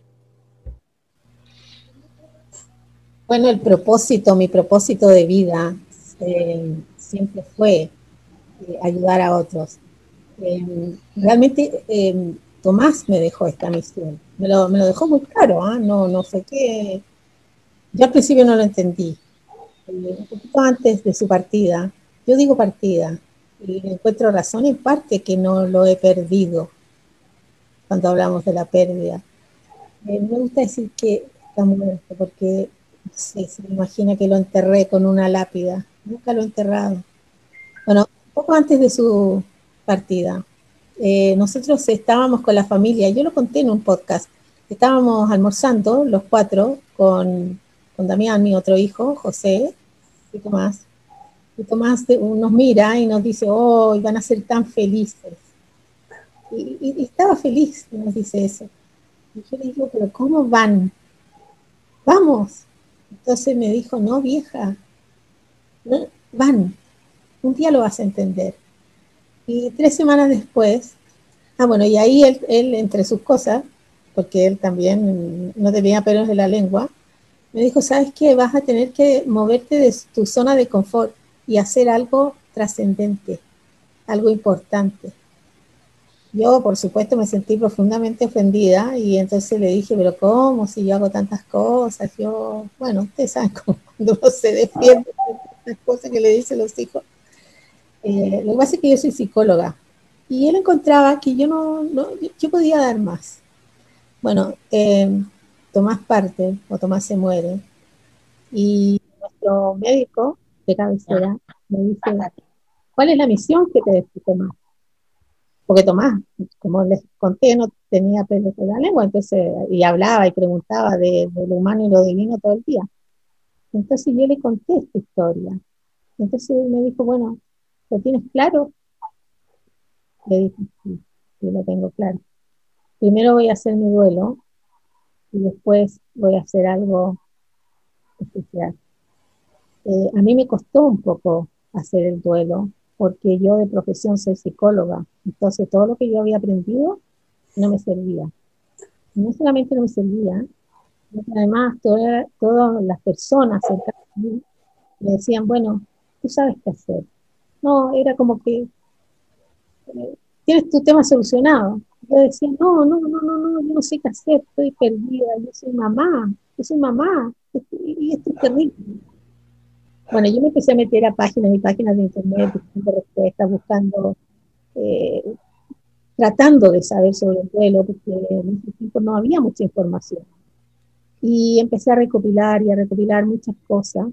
Bueno, el propósito, mi propósito de vida eh, siempre fue eh, ayudar a otros. Eh, realmente eh, Tomás me dejó esta misión. Me lo, me lo dejó muy claro, ¿eh? no, no sé qué. Yo al principio no lo entendí. Eh, un poquito antes de su partida, yo digo partida, y encuentro razón en parte que no lo he perdido cuando hablamos de la pérdida. Eh, me gusta decir que está muerto porque no sé, se me imagina que lo enterré con una lápida. Nunca lo he enterrado. Bueno, un poco antes de su partida, eh, nosotros estábamos con la familia, yo lo conté en un podcast, estábamos almorzando los cuatro con, con Damián, mi otro hijo, José y Tomás. Y Tomás nos mira y nos dice, oh, van a ser tan felices. Y, y, y estaba feliz, nos dice eso. Y yo le digo, pero ¿cómo van? Vamos. Entonces me dijo, no, vieja, no, van, un día lo vas a entender. Y tres semanas después, ah, bueno, y ahí él, él entre sus cosas, porque él también no tenía pelos de la lengua, me dijo, ¿sabes qué? Vas a tener que moverte de tu zona de confort y hacer algo trascendente, algo importante. Yo, por supuesto, me sentí profundamente ofendida y entonces le dije, pero ¿cómo? Si yo hago tantas cosas, yo, bueno, ustedes saben cómo cuando uno se defiende de las cosas que le dicen los hijos. Eh, lo que pasa es que yo soy psicóloga y él encontraba que yo no, no yo podía dar más. Bueno, eh, Tomás parte, o Tomás se muere, y nuestro médico de cabecera me dice, ¿cuál es la misión que te dejó Tomás? Porque Tomás, como les conté, no tenía pelos en la lengua, entonces, y hablaba y preguntaba de, de lo humano y lo divino todo el día. Entonces yo le conté esta historia. Entonces él me dijo, bueno, ¿lo tienes claro? Le dije, sí, sí, lo tengo claro. Primero voy a hacer mi duelo y después voy a hacer algo especial. Eh, a mí me costó un poco hacer el duelo, porque yo de profesión soy psicóloga, entonces todo lo que yo había aprendido no me servía. No solamente no me servía, sino que además toda, todas las personas cercanas a mí me decían, bueno, tú sabes qué hacer. No, era como que eh, tienes tu tema solucionado. Yo decía, no, no, no, no, no, yo no sé qué hacer, estoy perdida, yo soy mamá, yo soy mamá, y esto es terrible. Bueno, yo me empecé a meter a páginas y páginas de internet, buscando respuestas, buscando, eh, tratando de saber sobre el duelo, porque en ese tiempo no había mucha información. Y empecé a recopilar y a recopilar muchas cosas.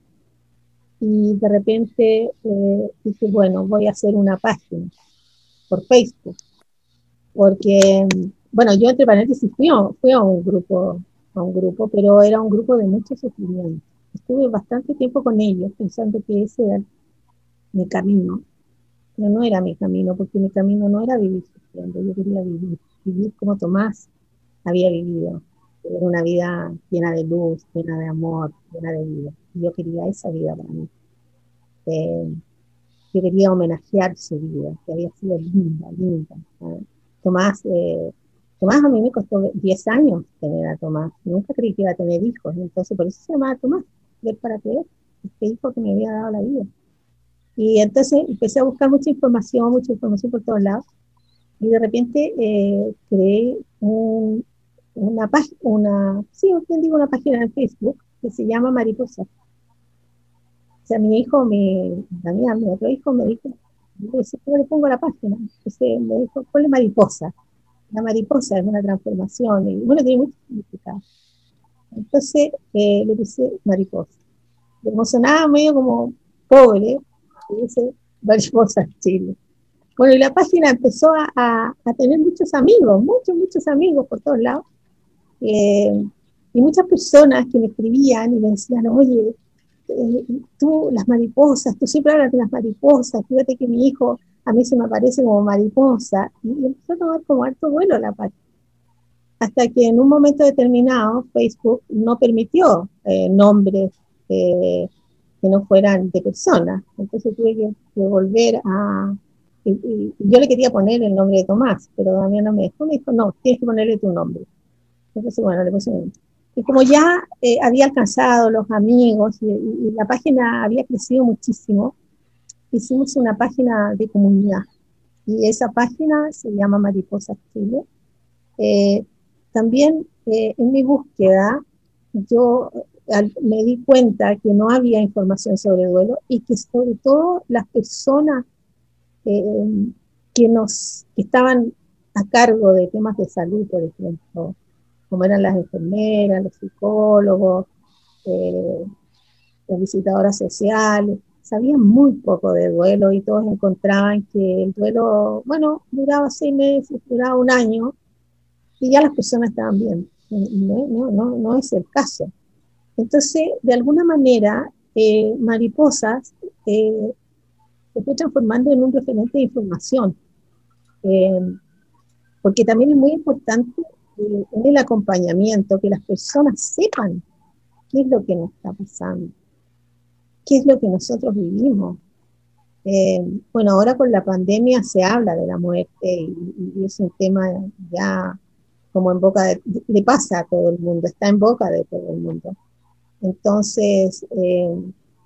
Y de repente eh, dije, bueno, voy a hacer una página por Facebook. Porque, bueno, yo entre paréntesis fui a, fui a un grupo, a un grupo, pero era un grupo de mucho sufrimiento. Estuve bastante tiempo con ellos pensando que ese era mi camino, pero no era mi camino, porque mi camino no era vivir sufriendo, yo quería vivir, vivir como Tomás había vivido, era una vida llena de luz, llena de amor, llena de vida, y yo quería esa vida para mí. Eh, yo quería homenajear su vida, que había sido linda, linda. ¿Sabes? Tomás, eh, Tomás a mí me costó diez años tener a Tomás, nunca creí que iba a tener hijos, entonces por eso se llamaba Tomás, ver para creer, este hijo que me había dado la vida. Y entonces empecé a buscar mucha información, mucha información por todos lados, y de repente eh, creé un, una página, una, sí, digo una página en Facebook que se llama Mariposa. O sea, mi hijo, mi, la mía, mi otro hijo me dijo, ¿cómo le pongo la página? Entonces me dijo, ponle mariposa. La mariposa es una transformación, y bueno, tiene mucho significado. Entonces eh, le puse mariposa. Le emocionaba medio como pobre, y dice mariposa Chile. Bueno, y la página empezó a, a, a tener muchos amigos, muchos, muchos amigos por todos lados. Eh, y muchas personas que me escribían y me decían, oye, eh, tú, las mariposas, tú siempre hablas de las mariposas, fíjate que mi hijo a mí se me aparece como mariposa, y, y empezó a tomar como harto vuelo la página. Hasta que en un momento determinado Facebook no permitió eh, nombres eh, que no fueran de personas, entonces tuve que, que volver a... Y, y, y yo le quería poner el nombre de Tomás, pero Damián no me dejó, me dijo, no, tienes que ponerle tu nombre. Entonces, bueno, le puse un nombre. Y como ya eh, había alcanzado los amigos y, y, y la página había crecido muchísimo, hicimos una página de comunidad. Y esa página se llama Mariposa Chile. Eh, también eh, en mi búsqueda, yo al, me di cuenta que no había información sobre duelo y que sobre todo las personas eh, que, nos, que estaban a cargo de temas de salud, por ejemplo, como eran las enfermeras, los psicólogos, eh, las visitadoras sociales, sabían muy poco de duelo y todos encontraban que el duelo, bueno, duraba seis meses, duraba un año y ya las personas estaban bien. No, no, no, no es el caso. Entonces, de alguna manera, eh, Mariposas eh, se fue transformando en un referente de información, eh, porque también es muy importante eh, en el acompañamiento que las personas sepan qué es lo que nos está pasando, qué es lo que nosotros vivimos. Eh, bueno, ahora con la pandemia se habla de la muerte y, y es un tema ya como en boca de, le pasa a todo el mundo, está en boca de todo el mundo. Entonces, eh,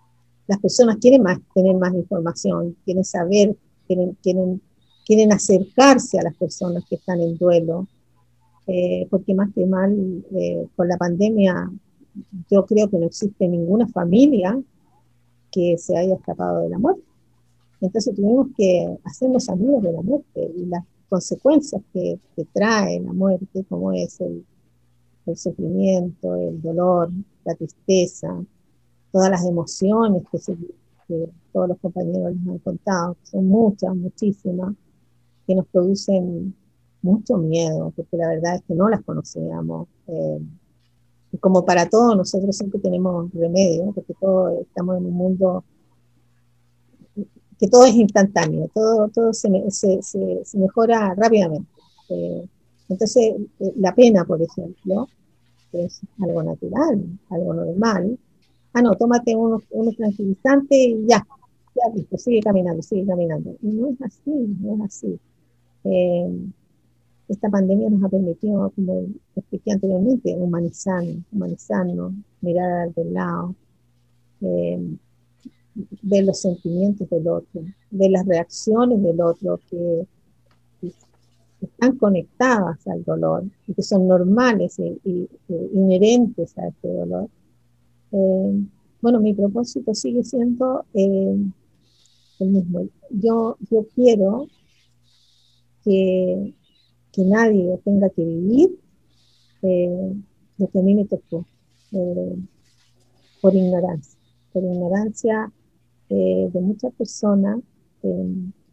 las personas quieren más, tener más información, quieren saber, quieren, quieren, quieren acercarse a las personas que están en duelo, eh, porque más que mal, eh, con la pandemia, yo creo que no existe ninguna familia que se haya escapado de la muerte. Entonces tuvimos que hacernos amigos de la muerte y las consecuencias que, que trae la muerte, como es el, el sufrimiento, el dolor, la tristeza, todas las emociones que, se, que todos los compañeros les han contado, que son muchas, muchísimas, que nos producen mucho miedo, porque la verdad es que no las conocíamos. Eh, y como para todo, nosotros siempre tenemos remedio, porque todos estamos en un mundo que todo es instantáneo, todo, todo se, se, se, se mejora rápidamente. Eh, entonces, eh, la pena, por ejemplo, es algo natural, algo normal. Ah, no, tómate unos, unos tranquilizantes y ya, ya listo, sigue caminando, sigue caminando. Y no es así, no es así. Eh, esta pandemia nos ha permitido, como expliqué anteriormente, humanizarnos, humanizarnos, mirar al lado, eh, ver los sentimientos del otro, ver las reacciones del otro que, que están conectadas al dolor y que son normales e, y, e inherentes a este dolor. Eh, bueno, mi propósito sigue siendo eh, el mismo. Yo, yo quiero que, que nadie tenga que vivir eh, lo que a mí me tocó, eh, por ignorancia, por ignorancia eh, de muchas personas. Eh,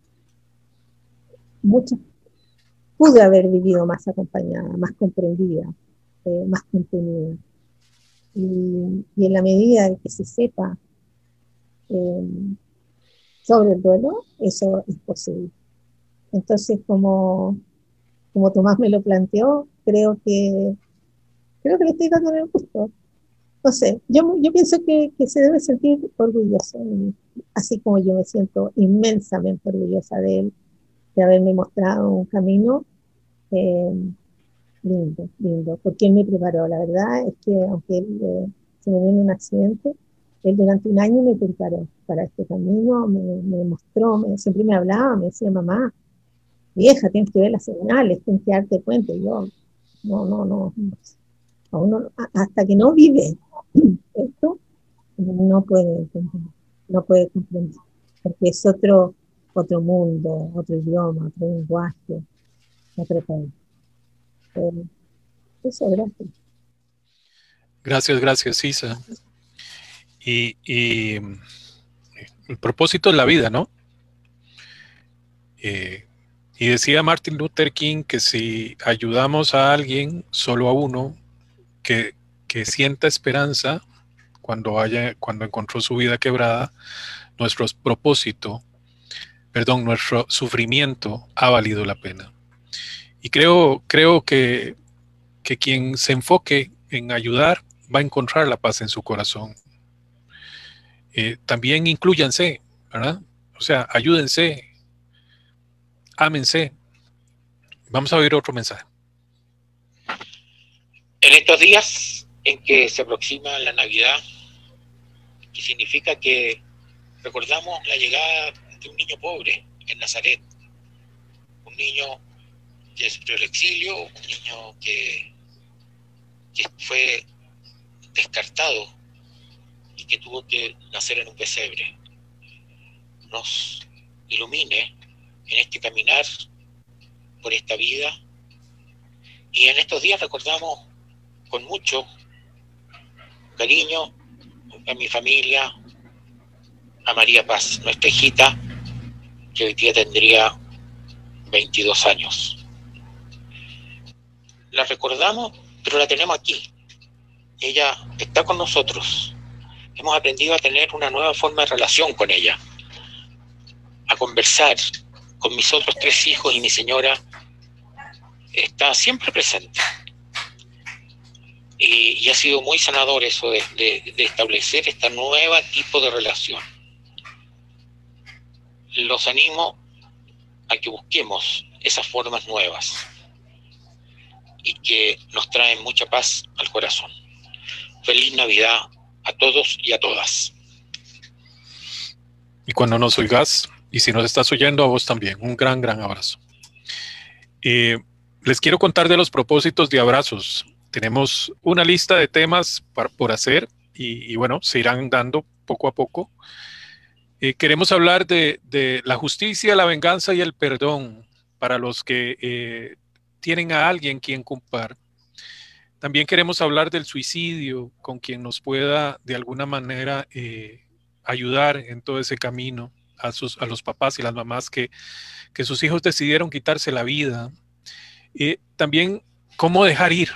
muchas pude haber vivido más acompañada, más comprendida, eh, más contenida. Y, y en la medida de que se sepa eh, sobre el duelo, eso es posible. Entonces, como, como Tomás me lo planteó, creo que creo que le estoy dando el gusto. No sé, yo, yo pienso que, que se debe sentir orgulloso, así como yo me siento inmensamente orgullosa de él, de haberme mostrado un camino eh, lindo, lindo, porque él me preparó. La verdad es que aunque él eh, se me dio en un accidente, él durante un año me preparó para este camino, me, me mostró, me, siempre me hablaba, me decía, mamá, vieja, tienes que ver las señales, tienes que darte cuenta. Y yo, no, no, no, no, no hasta que no vive esto, no puede entender, no puede comprender, porque es otro, otro mundo, otro idioma, otro lenguaje, otro país. Eh, eso, gracias. Gracias, gracias, Isa. Y, y el propósito es la vida, ¿no? Eh, y decía Martin Luther King que si ayudamos a alguien, solo a uno, que, que sienta esperanza cuando, haya, cuando encontró su vida quebrada, nuestro propósito, perdón, nuestro sufrimiento ha valido la pena. Y creo, creo que, que quien se enfoque en ayudar va a encontrar la paz en su corazón. Eh, también inclúyanse, ¿verdad? O sea, ayúdense, ámense. Vamos a oír otro mensaje. En estos días en que se aproxima la Navidad, que significa que recordamos la llegada de un niño pobre en Nazaret, un niño que sufrió el exilio, un niño que, que fue descartado y que tuvo que nacer en un pesebre, nos ilumine en este caminar por esta vida. Y en estos días recordamos con mucho cariño a mi familia, a María Paz, nuestra hijita, que hoy día tendría veintidós años. La recordamos, pero la tenemos aquí. Ella está con nosotros. Hemos aprendido a tener una nueva forma de relación con ella, a conversar con mis otros tres hijos, y mi señora está siempre presente. Y, y ha sido muy sanador eso de, de, de establecer esta nueva tipo de relación. Los animo a que busquemos esas formas nuevas y que nos traen mucha paz al corazón. Feliz Navidad a todos y a todas. y cuando nos oigas, y si nos estás oyendo a vos también, un gran, gran abrazo. Eh, les quiero contar de los propósitos de abrazos. Tenemos una lista de temas para, por hacer y, y bueno, se irán dando poco a poco. Eh, queremos hablar de, de la justicia, la venganza y el perdón para los que eh, tienen a alguien quien culpar. También queremos hablar del suicidio con quien nos pueda de alguna manera eh, ayudar en todo ese camino, a, sus, a los papás y las mamás que, que sus hijos decidieron quitarse la vida. Eh, también cómo dejar ir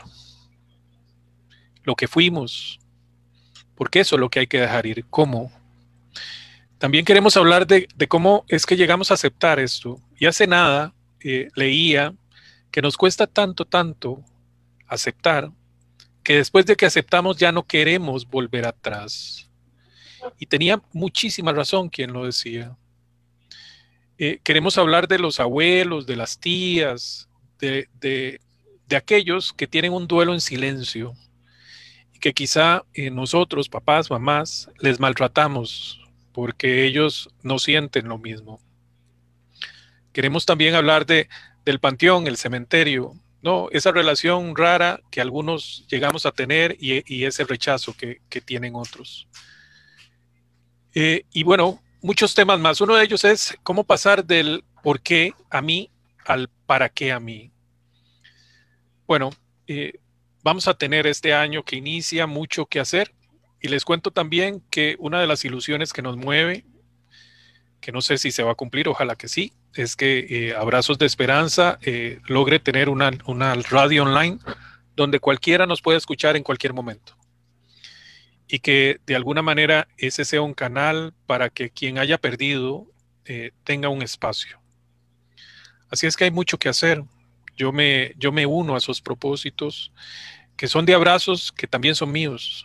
lo que fuimos, porque eso es lo que hay que dejar ir, cómo. También queremos hablar de, de cómo es que llegamos a aceptar esto. Y hace nada eh, leía que nos cuesta tanto, tanto aceptar, que después de que aceptamos ya no queremos volver atrás. Y tenía muchísima razón quien lo decía. Eh, queremos hablar de los abuelos, de las tías, de, de, de aquellos que tienen un duelo en silencio y que quizá eh, nosotros, papás, mamás, les maltratamos porque ellos no sienten lo mismo. Queremos también hablar de, del panteón, el cementerio, ¿no? Esa relación rara que algunos llegamos a tener y, y ese rechazo que, que tienen otros. Eh, y bueno, muchos temas más. Uno de ellos es cómo pasar del por qué a mí al para qué a mí. Bueno, eh, vamos a tener este año que inicia mucho que hacer y les cuento también que una de las ilusiones que nos mueve, que no sé si se va a cumplir, ojalá que sí, es que eh, Abrazos de Esperanza eh, logre tener una, una radio online donde cualquiera nos pueda escuchar en cualquier momento. Y que de alguna manera ese sea un canal para que quien haya perdido eh, tenga un espacio. Así es que hay mucho que hacer. Yo me, yo me uno a esos propósitos que son de abrazos, que también son míos.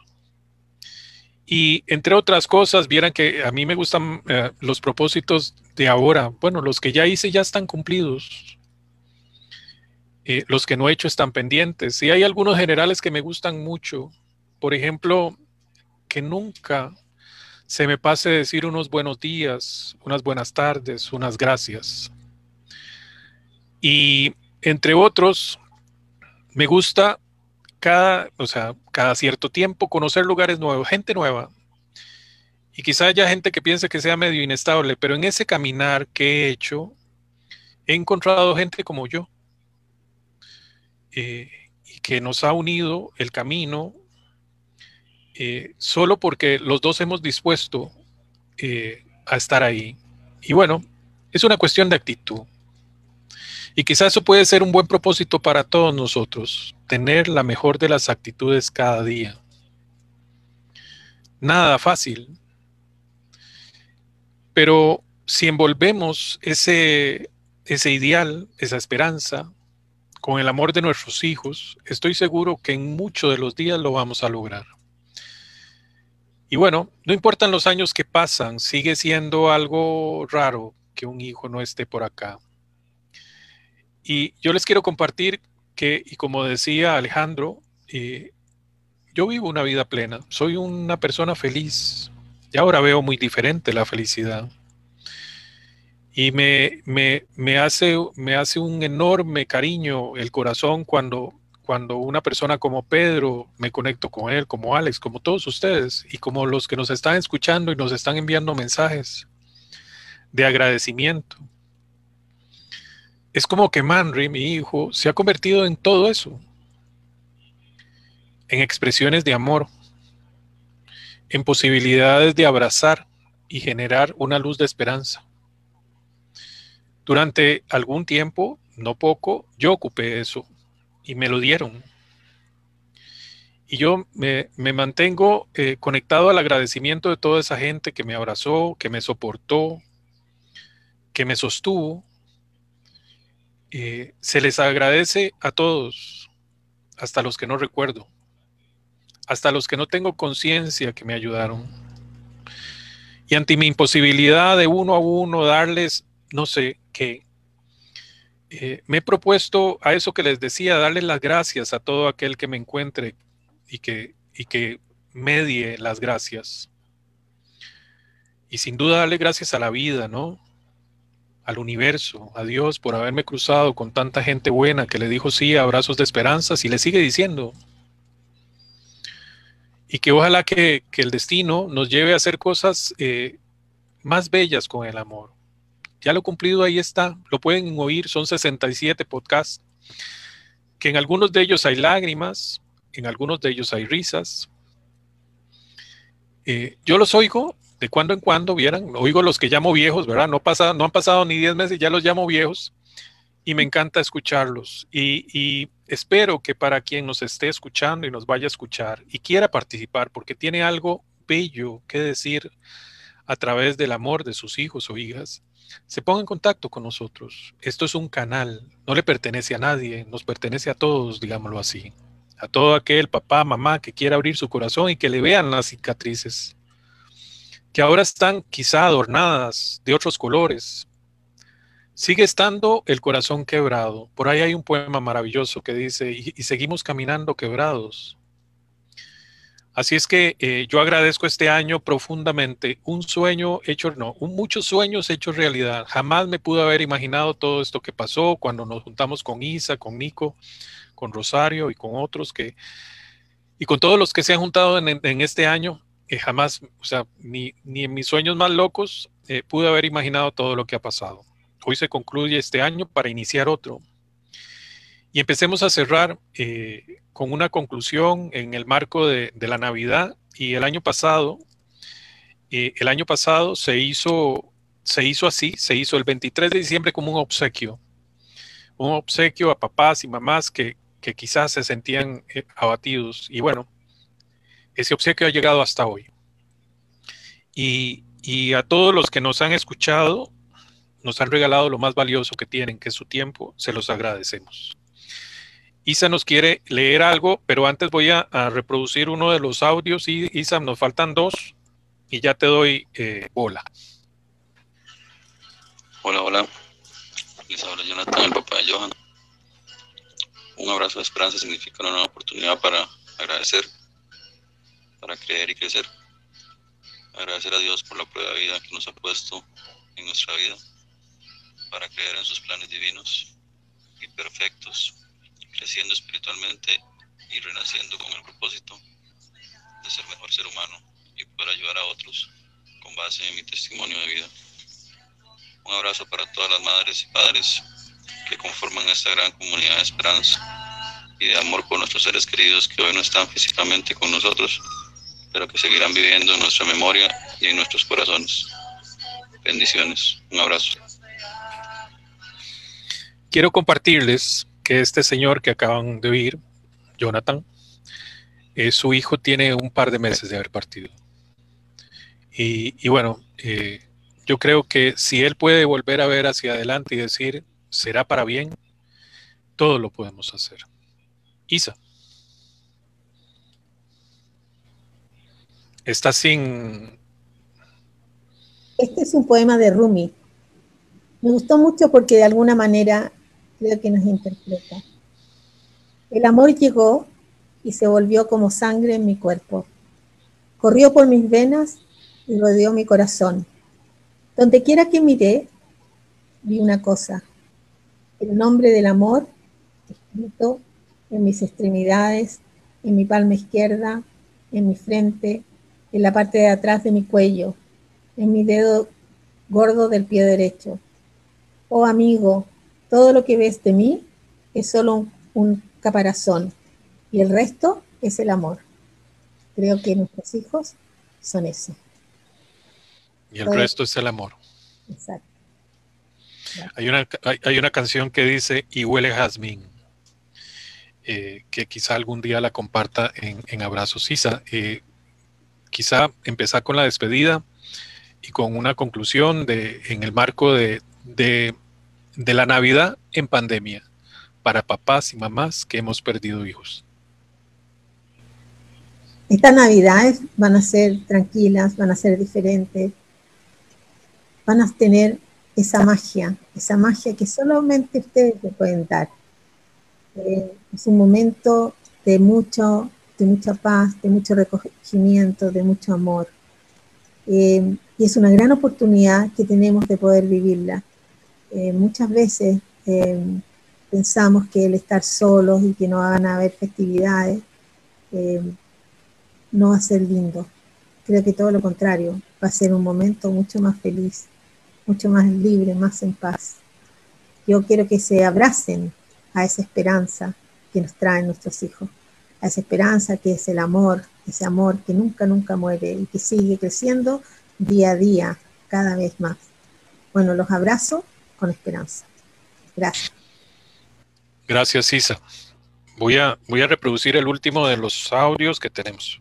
Y entre otras cosas, vieran que a mí me gustan eh, los propósitos de ahora. Bueno, los que ya hice ya están cumplidos. Eh, los que no he hecho están pendientes. Y hay algunos generales que me gustan mucho. Por ejemplo, que nunca se me pase decir unos buenos días, unas buenas tardes, unas gracias. Y entre otros, me gusta cada, o sea, cada cierto tiempo conocer lugares nuevos, gente nueva. Y quizá haya gente que piense que sea medio inestable, pero en ese caminar que he hecho, he encontrado gente como yo, eh, y que nos ha unido el camino. Eh, solo porque los dos hemos dispuesto eh, a estar ahí. Y bueno, es una cuestión de actitud. Y quizás eso puede ser un buen propósito para todos nosotros, tener la mejor de las actitudes cada día. Nada fácil. Pero si envolvemos ese, ese ideal, esa esperanza, con el amor de nuestros hijos, estoy seguro que en muchos de los días lo vamos a lograr. Y bueno, no importan los años que pasan, sigue siendo algo raro que un hijo no esté por acá. Y yo les quiero compartir que, y como decía Alejandro, eh, yo vivo una vida plena, soy una persona feliz. Y ahora veo muy diferente la felicidad. Y me, me, me, hace, me hace un enorme cariño el corazón cuando... cuando una persona como Pedro, me conecto con él, como Alex, como todos ustedes, y como los que nos están escuchando y nos están enviando mensajes de agradecimiento. Es como que Manri, mi hijo, se ha convertido en todo eso, en expresiones de amor, en posibilidades de abrazar y generar una luz de esperanza. Durante algún tiempo, no poco, yo ocupé eso. Y me lo dieron. Y yo me, me mantengo eh, conectado al agradecimiento de toda esa gente que me abrazó, que me soportó, que me sostuvo. Eh, se les agradece a todos, hasta los que no recuerdo, hasta los que no tengo conciencia que me ayudaron. Y ante mi imposibilidad de uno a uno darles, no sé qué, Eh, me he propuesto a eso que les decía, darle las gracias a todo aquel que me encuentre y que, y que medie las gracias. y sin duda darle gracias a la vida, ¿no? Al universo, a Dios por haberme cruzado con tanta gente buena que le dijo sí a Abrazos de Esperanzas y le sigue diciendo. Y que ojalá que, que el destino nos lleve a hacer cosas eh, más bellas con el amor. Ya lo cumplido ahí está, lo pueden oír, son sesenta y siete podcasts, que en algunos de ellos hay lágrimas, en algunos de ellos hay risas. Eh, yo los oigo de cuando en cuando, vieran, oigo los que llamo viejos, ¿verdad? No, pasa, no han pasado ni diez meses, ya los llamo viejos y me encanta escucharlos. Y, y espero que para quien nos esté escuchando y nos vaya a escuchar y quiera participar, porque tiene algo bello que decir a través del amor de sus hijos o hijas, se ponga en contacto con nosotros. Esto es un canal, no le pertenece a nadie, nos pertenece a todos, digámoslo así. A todo aquel papá, mamá que quiera abrir su corazón y que le vean las cicatrices, que ahora están quizá adornadas de otros colores. Sigue estando el corazón quebrado. Por ahí hay un poema maravilloso que dice, y, y seguimos caminando quebrados. Así es que eh, yo agradezco este año profundamente un sueño hecho, no, un, muchos sueños hechos realidad. Jamás me pude haber imaginado todo esto que pasó cuando nos juntamos con Isa, con Nico, con Rosario y con otros que, y con todos los que se han juntado en, en este año. Eh, jamás, o sea, ni, ni en mis sueños más locos eh, pude haber imaginado todo lo que ha pasado. Hoy se concluye este año para iniciar otro. Y empecemos a cerrar eh, con una conclusión en el marco de, de la Navidad. Y el año pasado, eh, el año pasado se hizo, se hizo así, se hizo el veintitrés de diciembre como un obsequio. Un obsequio a papás y mamás que, que quizás se sentían eh, abatidos. Y bueno, ese obsequio ha llegado hasta hoy. Y, y a todos los que nos han escuchado, nos han regalado lo más valioso que tienen, que es su tiempo, se los agradecemos. Isa nos quiere leer algo, pero antes voy a, a reproducir uno de los audios. Y Isa, nos faltan dos y ya te doy eh, bola. Hola, hola. Les habla Jonathan, el papá de Johan. Un abrazo de esperanza significa una nueva oportunidad para agradecer, para creer y crecer. Agradecer a Dios por la prueba de vida que nos ha puesto en nuestra vida, para creer en sus planes divinos y perfectos, creciendo espiritualmente y renaciendo con el propósito de ser mejor ser humano y poder ayudar a otros con base en mi testimonio de vida. Un abrazo para todas las madres y padres que conforman esta gran comunidad de esperanza y de amor por nuestros seres queridos que hoy no están físicamente con nosotros, pero que seguirán viviendo en nuestra memoria y en nuestros corazones. Bendiciones. Un abrazo. Quiero compartirles que este señor que acaban de oír, Jonathan, eh, su hijo tiene un par de meses de haber partido. Y, y bueno, eh, yo creo que si él puede volver a ver hacia adelante y decir, será para bien, todo lo podemos hacer. Isa. Está sin... Este es un poema de Rumi. Me gustó mucho porque de alguna manera creo que nos interpreta. El amor llegó y se volvió como sangre en mi cuerpo. Corrió por mis venas y rodeó mi corazón. Donde quiera que miré, vi una cosa. El nombre del amor escrito en mis extremidades, en mi palma izquierda, en mi frente, en la parte de atrás de mi cuello, en mi dedo gordo del pie derecho. Oh amigo, todo lo que ves de mí es solo un, un caparazón y el resto es el amor. Creo que nuestros hijos son eso. Y el todo resto es el amor. Exacto. Hay una, hay, hay una canción que dice y huele jazmín, eh, que quizá algún día la comparta en, en Abrazos Isa. Eh, quizá empezar con la despedida y con una conclusión de, en el marco de, de, de la Navidad en pandemia para papás y mamás que hemos perdido hijos. Estas Navidades van a ser tranquilas, van a ser diferentes, van a tener esa magia, esa magia que solamente ustedes le pueden dar. Eh, es un momento de mucho, de mucha paz, de mucho recogimiento, de mucho amor. Eh, y y es una gran oportunidad que tenemos de poder vivirla. Eh, muchas veces eh, pensamos que el estar solos y que no van a haber festividades eh, no va a ser lindo. Creo que todo lo contrario, va a ser un momento mucho más feliz, mucho más libre, más en paz. Yo quiero que se abracen a esa esperanza que nos traen nuestros hijos, a esa esperanza que es el amor, ese amor que nunca, nunca muere y que sigue creciendo día a día, cada vez más. Bueno, los abrazo con esperanza. Gracias. Gracias, Isa. Voy a, voy a reproducir el último de los audios que tenemos.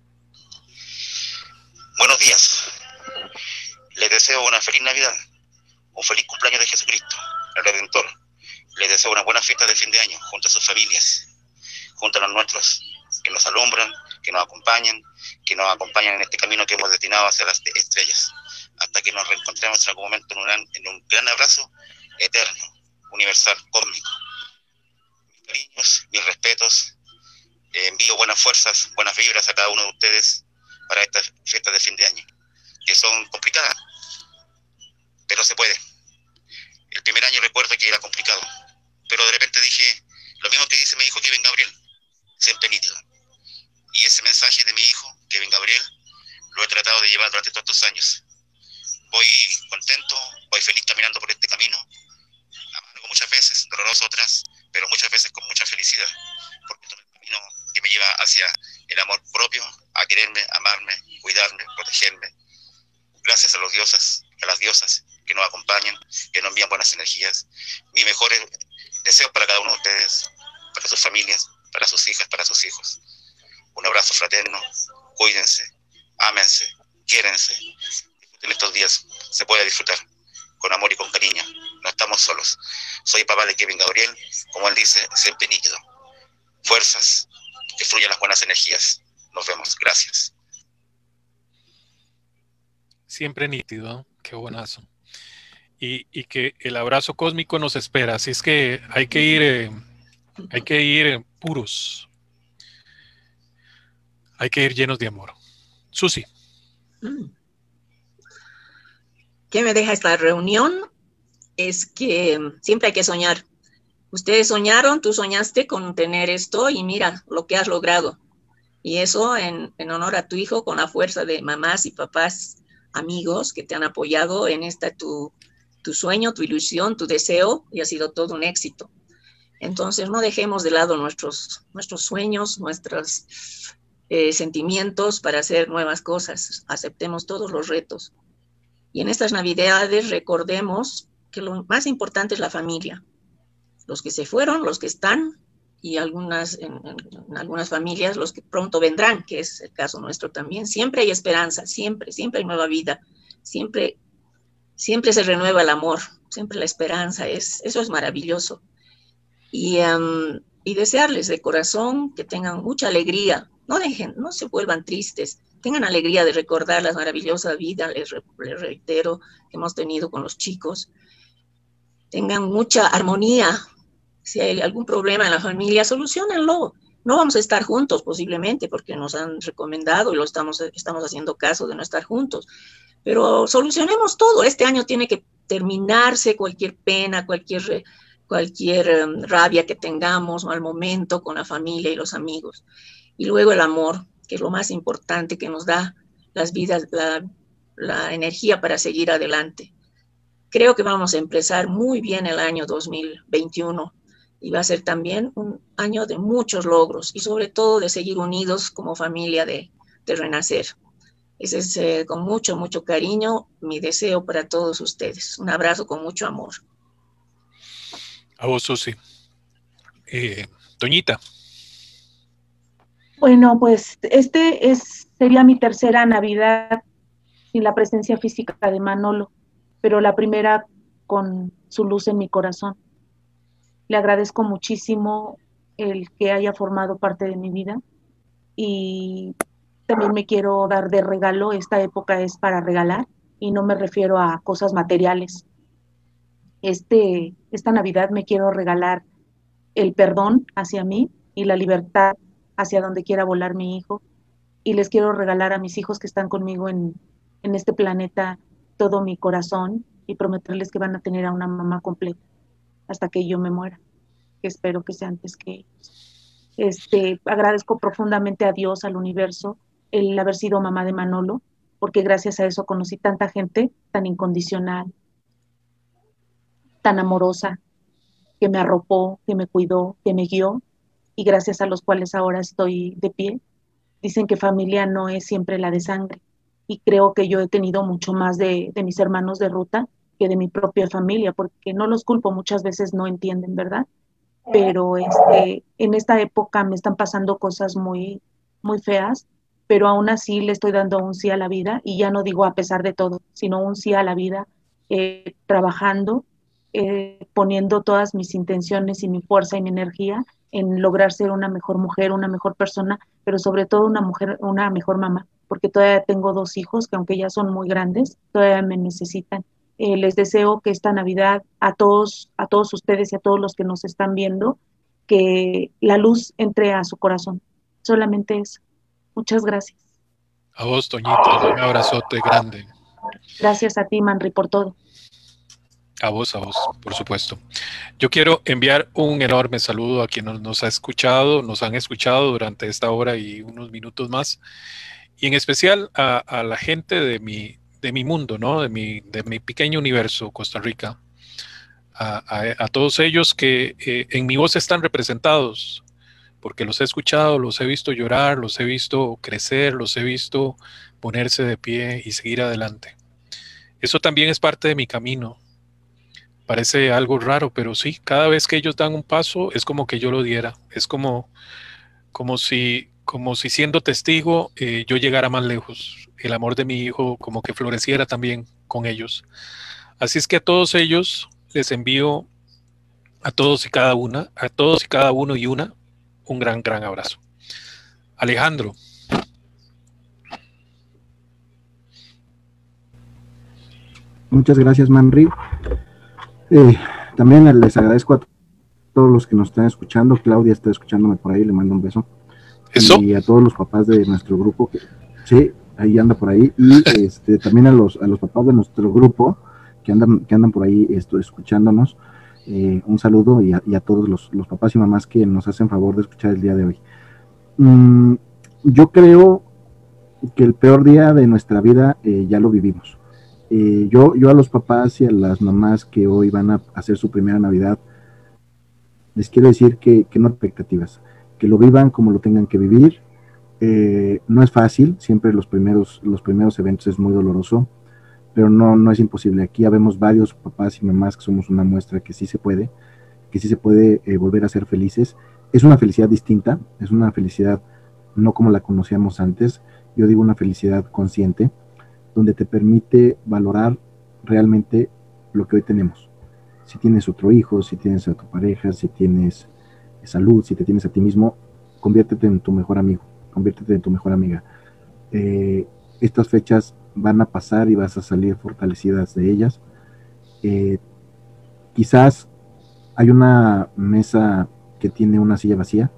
Buenos días. Les deseo una feliz Navidad, un feliz cumpleaños de Jesucristo, el Redentor. Les deseo una buena fiesta de fin de año junto a sus familias, junto a los nuestros, que nos alumbran, que nos acompañan, que nos acompañan en este camino que hemos destinado hacia las estrellas, hasta que nos reencontremos en algún momento en un gran, en un gran abrazo eterno, universal, cósmico. Mis cariños, mis respetos, eh, envío buenas fuerzas, buenas vibras a cada uno de ustedes para estas fiestas de fin de año, que son complicadas, pero se puede. El primer año recuerdo que era complicado, pero de repente dije, lo mismo que dice mi hijo Kevin Gabriel, siempre nítido. Y ese mensaje de mi hijo, Kevin Gabriel, lo he tratado de llevar durante todos estos años. Voy contento, voy feliz caminando por este camino, amargo muchas veces, doloroso otras, pero muchas veces con mucha felicidad, porque es un camino que me lleva hacia el amor propio, a quererme, amarme, cuidarme, protegerme. Gracias a los dioses, a las diosas que nos acompañan, que nos envían buenas energías. Mis mejores deseos para cada uno de ustedes, para sus familias, para sus hijas, para sus hijos. Un abrazo fraterno, cuídense, ámense, quiérense. En estos días se puede disfrutar con amor y con cariño. No estamos solos. Soy papá de Kevin Gabriel, como él dice, siempre nítido. Fuerzas, que fluyan las buenas energías. Nos vemos. Gracias. Siempre nítido, ¿eh? Qué buenazo. Y, y que el abrazo cósmico nos espera. Así es que hay que ir, eh, hay que ir eh, puros. Hay que ir llenos de amor. Susi. ¿Qué me deja esta reunión? Es que siempre hay que soñar. Ustedes soñaron, tú soñaste con tener esto y mira lo que has logrado. Y eso en, en honor a tu hijo, con la fuerza de mamás y papás, amigos que te han apoyado en esta tu, tu sueño, tu ilusión, tu deseo, y ha sido todo un éxito. Entonces no dejemos de lado nuestros, nuestros sueños, nuestros eh, sentimientos para hacer nuevas cosas. Aceptemos todos los retos. Y en estas Navidades recordemos que lo más importante es la familia. Los que se fueron, los que están, y algunas, en, en algunas familias, los que pronto vendrán, que es el caso nuestro también. Siempre hay esperanza, siempre, siempre hay nueva vida, siempre, siempre se renueva el amor, siempre la esperanza, es, eso es maravilloso. Y, um, y desearles de corazón que tengan mucha alegría, no dejen, no se vuelvan tristes, tengan alegría de recordar la maravillosa vida, les, les reitero, que hemos tenido con los chicos, tengan mucha armonía. Si hay algún problema en la familia, soluciónenlo. No vamos a estar juntos posiblemente porque nos han recomendado y lo estamos, estamos haciendo caso de no estar juntos. Pero solucionemos todo. Este año tiene que terminarse cualquier pena, cualquier, cualquier um, rabia que tengamos, mal momento con la familia y los amigos. Y luego el amor, que es lo más importante, que nos da las vidas, la, la energía para seguir adelante. Creo que vamos a empezar muy bien el año dos mil veintiuno. Y va a ser también un año de muchos logros y sobre todo de seguir unidos como familia de, de Renacer. Ese es eh, con mucho, mucho cariño mi deseo para todos ustedes. Un abrazo con mucho amor. A vos, Susi. Eh, Toñita. Bueno, pues este es, sería mi tercera Navidad sin la presencia física de Manolo, pero la primera con su luz en mi corazón. Le agradezco muchísimo el que haya formado parte de mi vida y también me quiero dar de regalo. Esta época es para regalar y no me refiero a cosas materiales. Este, esta Navidad me quiero regalar el perdón hacia mí y la libertad hacia donde quiera volar mi hijo, y les quiero regalar a mis hijos que están conmigo en, en este planeta todo mi corazón y prometerles que van a tener a una mamá completa hasta que yo me muera, que espero que sea antes que ellos. Este, agradezco profundamente a Dios, al universo, el haber sido mamá de Manolo, porque gracias a eso conocí tanta gente tan incondicional, tan amorosa, que me arropó, que me cuidó, que me guió, y gracias a los cuales ahora estoy de pie. Dicen que familia no es siempre la de sangre, y creo que yo he tenido mucho más de, de mis hermanos de ruta que de mi propia familia, porque no los culpo, muchas veces no entienden, ¿verdad? Pero este, en esta época me están pasando cosas muy, muy feas, pero aún así le estoy dando un sí a la vida, y ya no digo a pesar de todo, sino un sí a la vida, eh, trabajando, eh, poniendo todas mis intenciones y mi fuerza y mi energía en lograr ser una mejor mujer, una mejor persona, pero sobre todo una mujer, una mejor mamá, porque todavía tengo dos hijos que aunque ya son muy grandes, todavía me necesitan. Eh, les deseo que esta Navidad a todos, a todos ustedes y a todos los que nos están viendo, que la luz entre a su corazón. Solamente eso. Muchas gracias. A vos, Toñita, un abrazote grande. Gracias a ti, Manri, por todo. A vos, a vos, por supuesto. Yo quiero enviar un enorme saludo a quienes nos ha escuchado, nos han escuchado durante esta hora y unos minutos más, y en especial a, a la gente de mi, de mi mundo, ¿no? De mi, de mi pequeño universo, Costa Rica. A, a, a todos ellos que eh, en mi voz están representados, porque los he escuchado, los he visto llorar, los he visto crecer, los he visto ponerse de pie y seguir adelante. Eso también es parte de mi camino. Parece algo raro, pero sí, cada vez que ellos dan un paso es como que yo lo diera. Es como, como, si, como si siendo testigo eh, yo llegara más lejos. El amor de mi hijo como que floreciera también con ellos. Así es que a todos ellos les envío, a todos y cada una, a todos y cada uno y una, un gran, gran abrazo. Alejandro. Muchas gracias, Manri. Eh, también les agradezco a todos los que nos están escuchando. Claudia está escuchándome por ahí, le mando un beso. ¿Eso? Y a todos los papás de nuestro grupo, que sí, ahí anda por ahí. Y este, también a los, a los papás de nuestro grupo que andan, que andan por ahí esto, escuchándonos. Eh, un saludo y a, y a todos los, los papás y mamás que nos hacen favor de escuchar el día de hoy. Mm, yo creo que el peor día de nuestra vida eh, ya lo vivimos. Eh, yo, yo a los papás y a las mamás que hoy van a hacer su primera Navidad, les quiero decir que, que no hay expectativas, que lo vivan como lo tengan que vivir. Eh, no es fácil, siempre los primeros, los primeros eventos es muy doloroso, pero no, no es imposible. Aquí habemos varios papás y mamás que somos una muestra que sí se puede, que sí se puede eh, volver a ser felices. Es una felicidad distinta, es una felicidad no como la conocíamos antes, yo digo una felicidad consciente, donde te permite valorar realmente lo que hoy tenemos. Si tienes otro hijo, si tienes a tu pareja, si tienes salud, si te tienes a ti mismo, conviértete en tu mejor amigo, conviértete en tu mejor amiga. Eh, estas fechas van a pasar y vas a salir fortalecidas de ellas. Eh, quizás hay una mesa que tiene una silla vacía,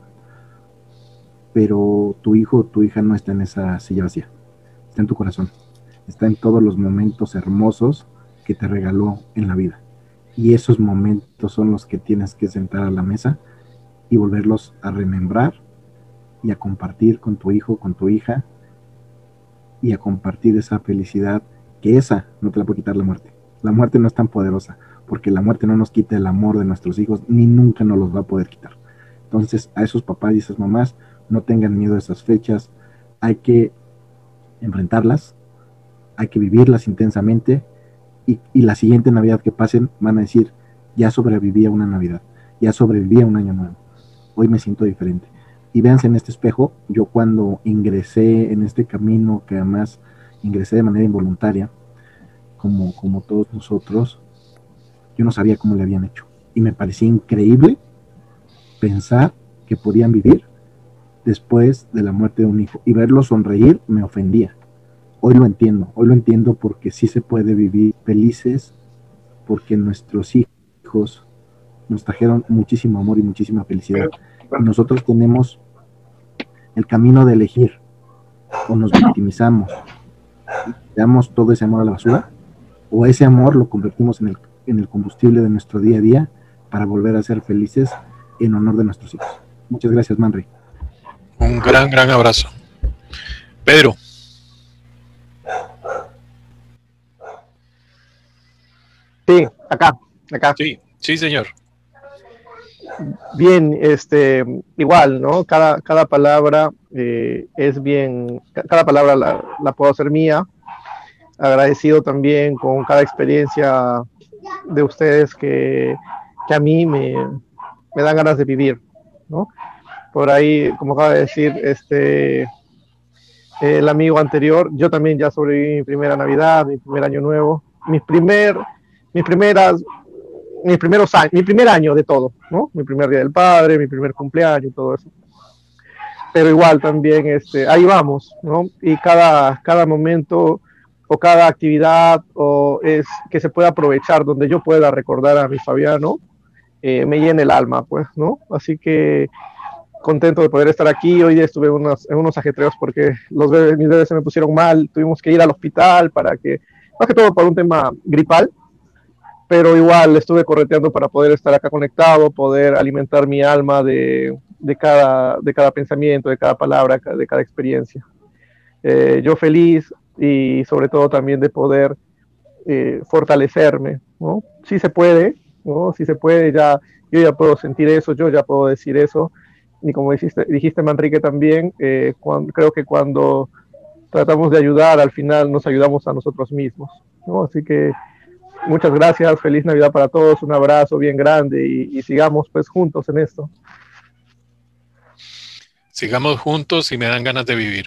pero tu hijo o tu hija no está en esa silla vacía, está en tu corazón. Está en todos los momentos hermosos que te regaló en la vida. Y esos momentos son los que tienes que sentar a la mesa y volverlos a remembrar y a compartir con tu hijo, con tu hija, y a compartir esa felicidad, que esa no te la puede quitar la muerte. La muerte no es tan poderosa, porque la muerte no nos quita el amor de nuestros hijos, ni nunca nos los va a poder quitar. Entonces, a esos papás y esas mamás, no tengan miedo a esas fechas, hay que enfrentarlas, hay que vivirlas intensamente, y, y la siguiente Navidad que pasen van a decir, ya sobreviví a una Navidad, ya sobreviví a un año nuevo, hoy me siento diferente. Y véanse en este espejo. Yo cuando ingresé en este camino, que además ingresé de manera involuntaria, como, como todos nosotros, yo no sabía cómo le habían hecho, y me parecía increíble pensar que podían vivir después de la muerte de un hijo, y verlos sonreír me ofendía. Hoy lo entiendo, hoy lo entiendo porque sí se puede vivir felices, porque nuestros hijos nos trajeron muchísimo amor y muchísima felicidad. Y nosotros tenemos el camino de elegir, o nos victimizamos, tiramos todo ese amor a la basura, o ese amor lo convertimos en el, en el combustible de nuestro día a día para volver a ser felices en honor de nuestros hijos. Muchas gracias, Manri. Un gran, gran abrazo. Pedro. Sí, acá, acá. Sí, sí, señor. Bien, este, igual, ¿no? Cada, cada palabra eh, es bien, cada palabra la, la puedo hacer mía. Agradecido también con cada experiencia de ustedes que, que a mí me, me dan ganas de vivir, ¿no? Por ahí, como acaba de decir este, el amigo anterior, yo también ya sobreviví mi primera Navidad, mi primer Año Nuevo, mis, primer, mis primeras... mis primeros años, mi primer año de todo, ¿no? Mi primer Día del Padre, mi primer cumpleaños, todo eso. Pero igual también, este, ahí vamos, ¿no? Y cada, cada momento o cada actividad o es que se pueda aprovechar donde yo pueda recordar a mi Fabiano, eh, me llena el alma, pues, ¿no? Así que contento de poder estar aquí. Hoy día estuve en unos, en unos ajetreos porque los bebés, mis bebés se me pusieron mal, tuvimos que ir al hospital para que, más que todo por un tema gripal, pero igual estuve correteando para poder estar acá conectado, poder alimentar mi alma de, de, cada, de cada pensamiento, de cada palabra, de cada experiencia. Eh, yo feliz y sobre todo también de poder eh, fortalecerme, ¿no? Sí se puede, ¿no? Sí se puede, ya, yo ya puedo sentir eso, yo ya puedo decir eso, y como dijiste, dijiste Manrique también, eh, cuando, creo que cuando tratamos de ayudar, al final nos ayudamos a nosotros mismos, ¿no? Así que muchas gracias, feliz Navidad para todos, un abrazo bien grande y, y sigamos pues juntos en esto. Sigamos juntos y me dan ganas de vivir.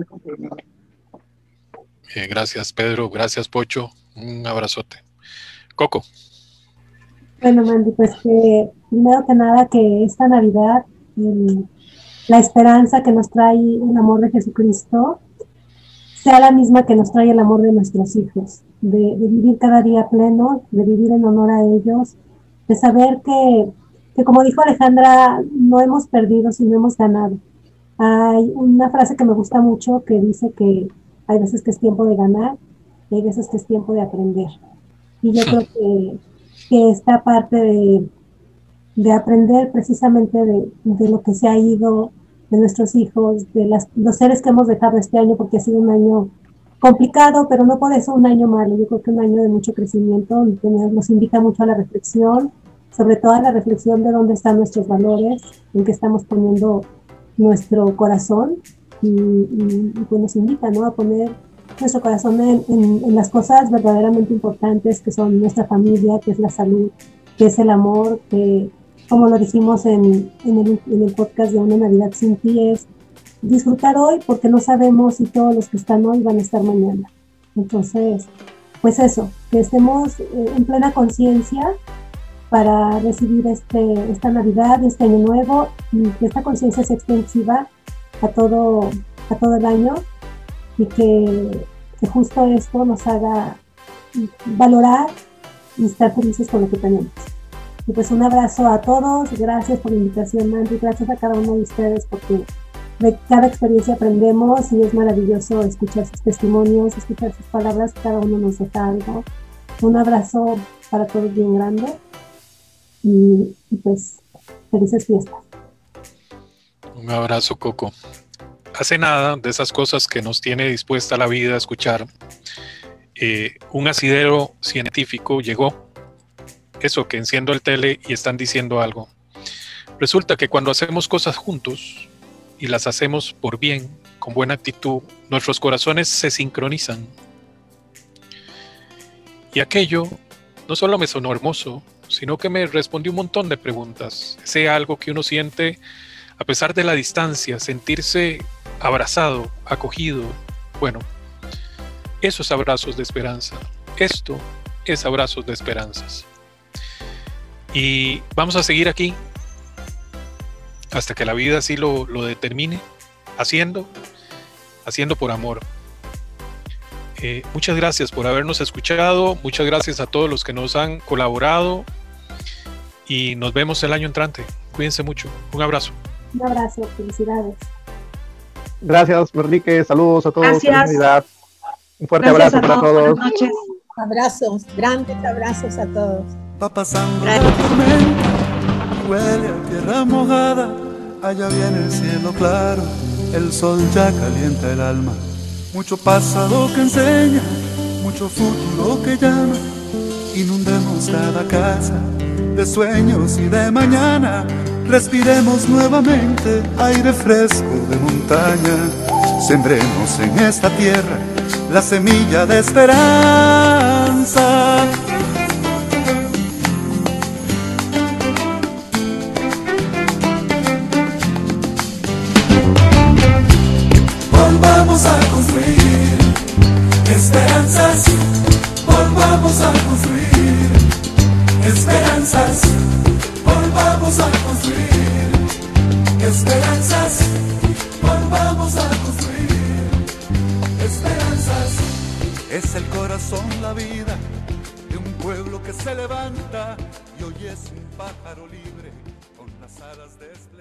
Eh, gracias Pedro, gracias Pocho, un abrazote. Coco. Bueno, Mandy, pues que primero que nada que esta Navidad, el, la esperanza que nos trae el amor de Jesucristo sea la misma que nos trae el amor de nuestros hijos, de, de vivir cada día pleno, de vivir en honor a ellos, de saber que, que como dijo Alejandra, no hemos perdido, sino hemos ganado. Hay una frase que me gusta mucho que dice que hay veces que es tiempo de ganar y hay veces que es tiempo de aprender. Y yo creo que, que esta parte de, de aprender precisamente de, de lo que se ha ido, de nuestros hijos, de las, los seres que hemos dejado este año, porque ha sido un año complicado, pero no por eso un año malo. Yo creo que un año de mucho crecimiento, que nos invita mucho a la reflexión, sobre todo a la reflexión de dónde están nuestros valores, en qué estamos poniendo nuestro corazón, y, y, y pues nos invita, ¿no?, a poner nuestro corazón en, en, en las cosas verdaderamente importantes, que son nuestra familia, que es la salud, que es el amor, que, como lo dijimos en, en, el, en el podcast de Una Navidad Sin Ti, es disfrutar hoy porque no sabemos si todos los que están hoy van a estar mañana. Entonces, pues eso, que estemos eh, en plena conciencia para recibir este, esta Navidad, este Año Nuevo, y que esta conciencia sea extensiva a todo, a todo el año, y que, que justo esto nos haga valorar y estar felices con lo que tenemos. Y pues un abrazo a todos, gracias por la invitación, Mandy, gracias a cada uno de ustedes, porque de cada experiencia aprendemos y es maravilloso escuchar sus testimonios, escuchar sus palabras, cada uno nos deja algo. Un abrazo para todos bien grande y, y pues felices fiestas. Un abrazo, Coco. Hace nada, de esas cosas que nos tiene dispuesta la vida a escuchar, eh, un asidero científico llegó. Eso, que enciendo el tele y están diciendo algo. Resulta que cuando hacemos cosas juntos y las hacemos por bien, con buena actitud, nuestros corazones se sincronizan. Y aquello no solo me sonó hermoso, sino que me respondió un montón de preguntas. Ese algo que uno siente a pesar de la distancia, sentirse abrazado, acogido. Bueno, esos abrazos de esperanza. Esto es abrazos de esperanzas. Y vamos a seguir aquí hasta que la vida así lo, lo determine, haciendo, haciendo por amor. Eh, muchas gracias por habernos escuchado, muchas gracias a todos los que nos han colaborado y nos vemos el año entrante. Cuídense mucho, un abrazo. Un abrazo, felicidades. Gracias, Enrique, saludos a todos. Gracias. Feliz Navidad. Un fuerte Gracias abrazo a para todos. todos. Buenas noches. Abrazos, grandes abrazos a todos. Va pasando la tormenta, huele a tierra mojada, allá viene el cielo claro, el sol ya calienta el alma. Mucho pasado que enseña, mucho futuro que llama, inundemos cada casa de sueños y de mañana, respiremos nuevamente aire fresco de montaña, sembremos en esta tierra la semilla de esperanza. Volvamos a construir esperanzas, volvamos a construir esperanzas, volvamos a construir esperanzas, volvamos a construir esperanzas. Es el corazón la vida de un pueblo que se levanta y hoy es un pájaro libre con las alas desplegadas.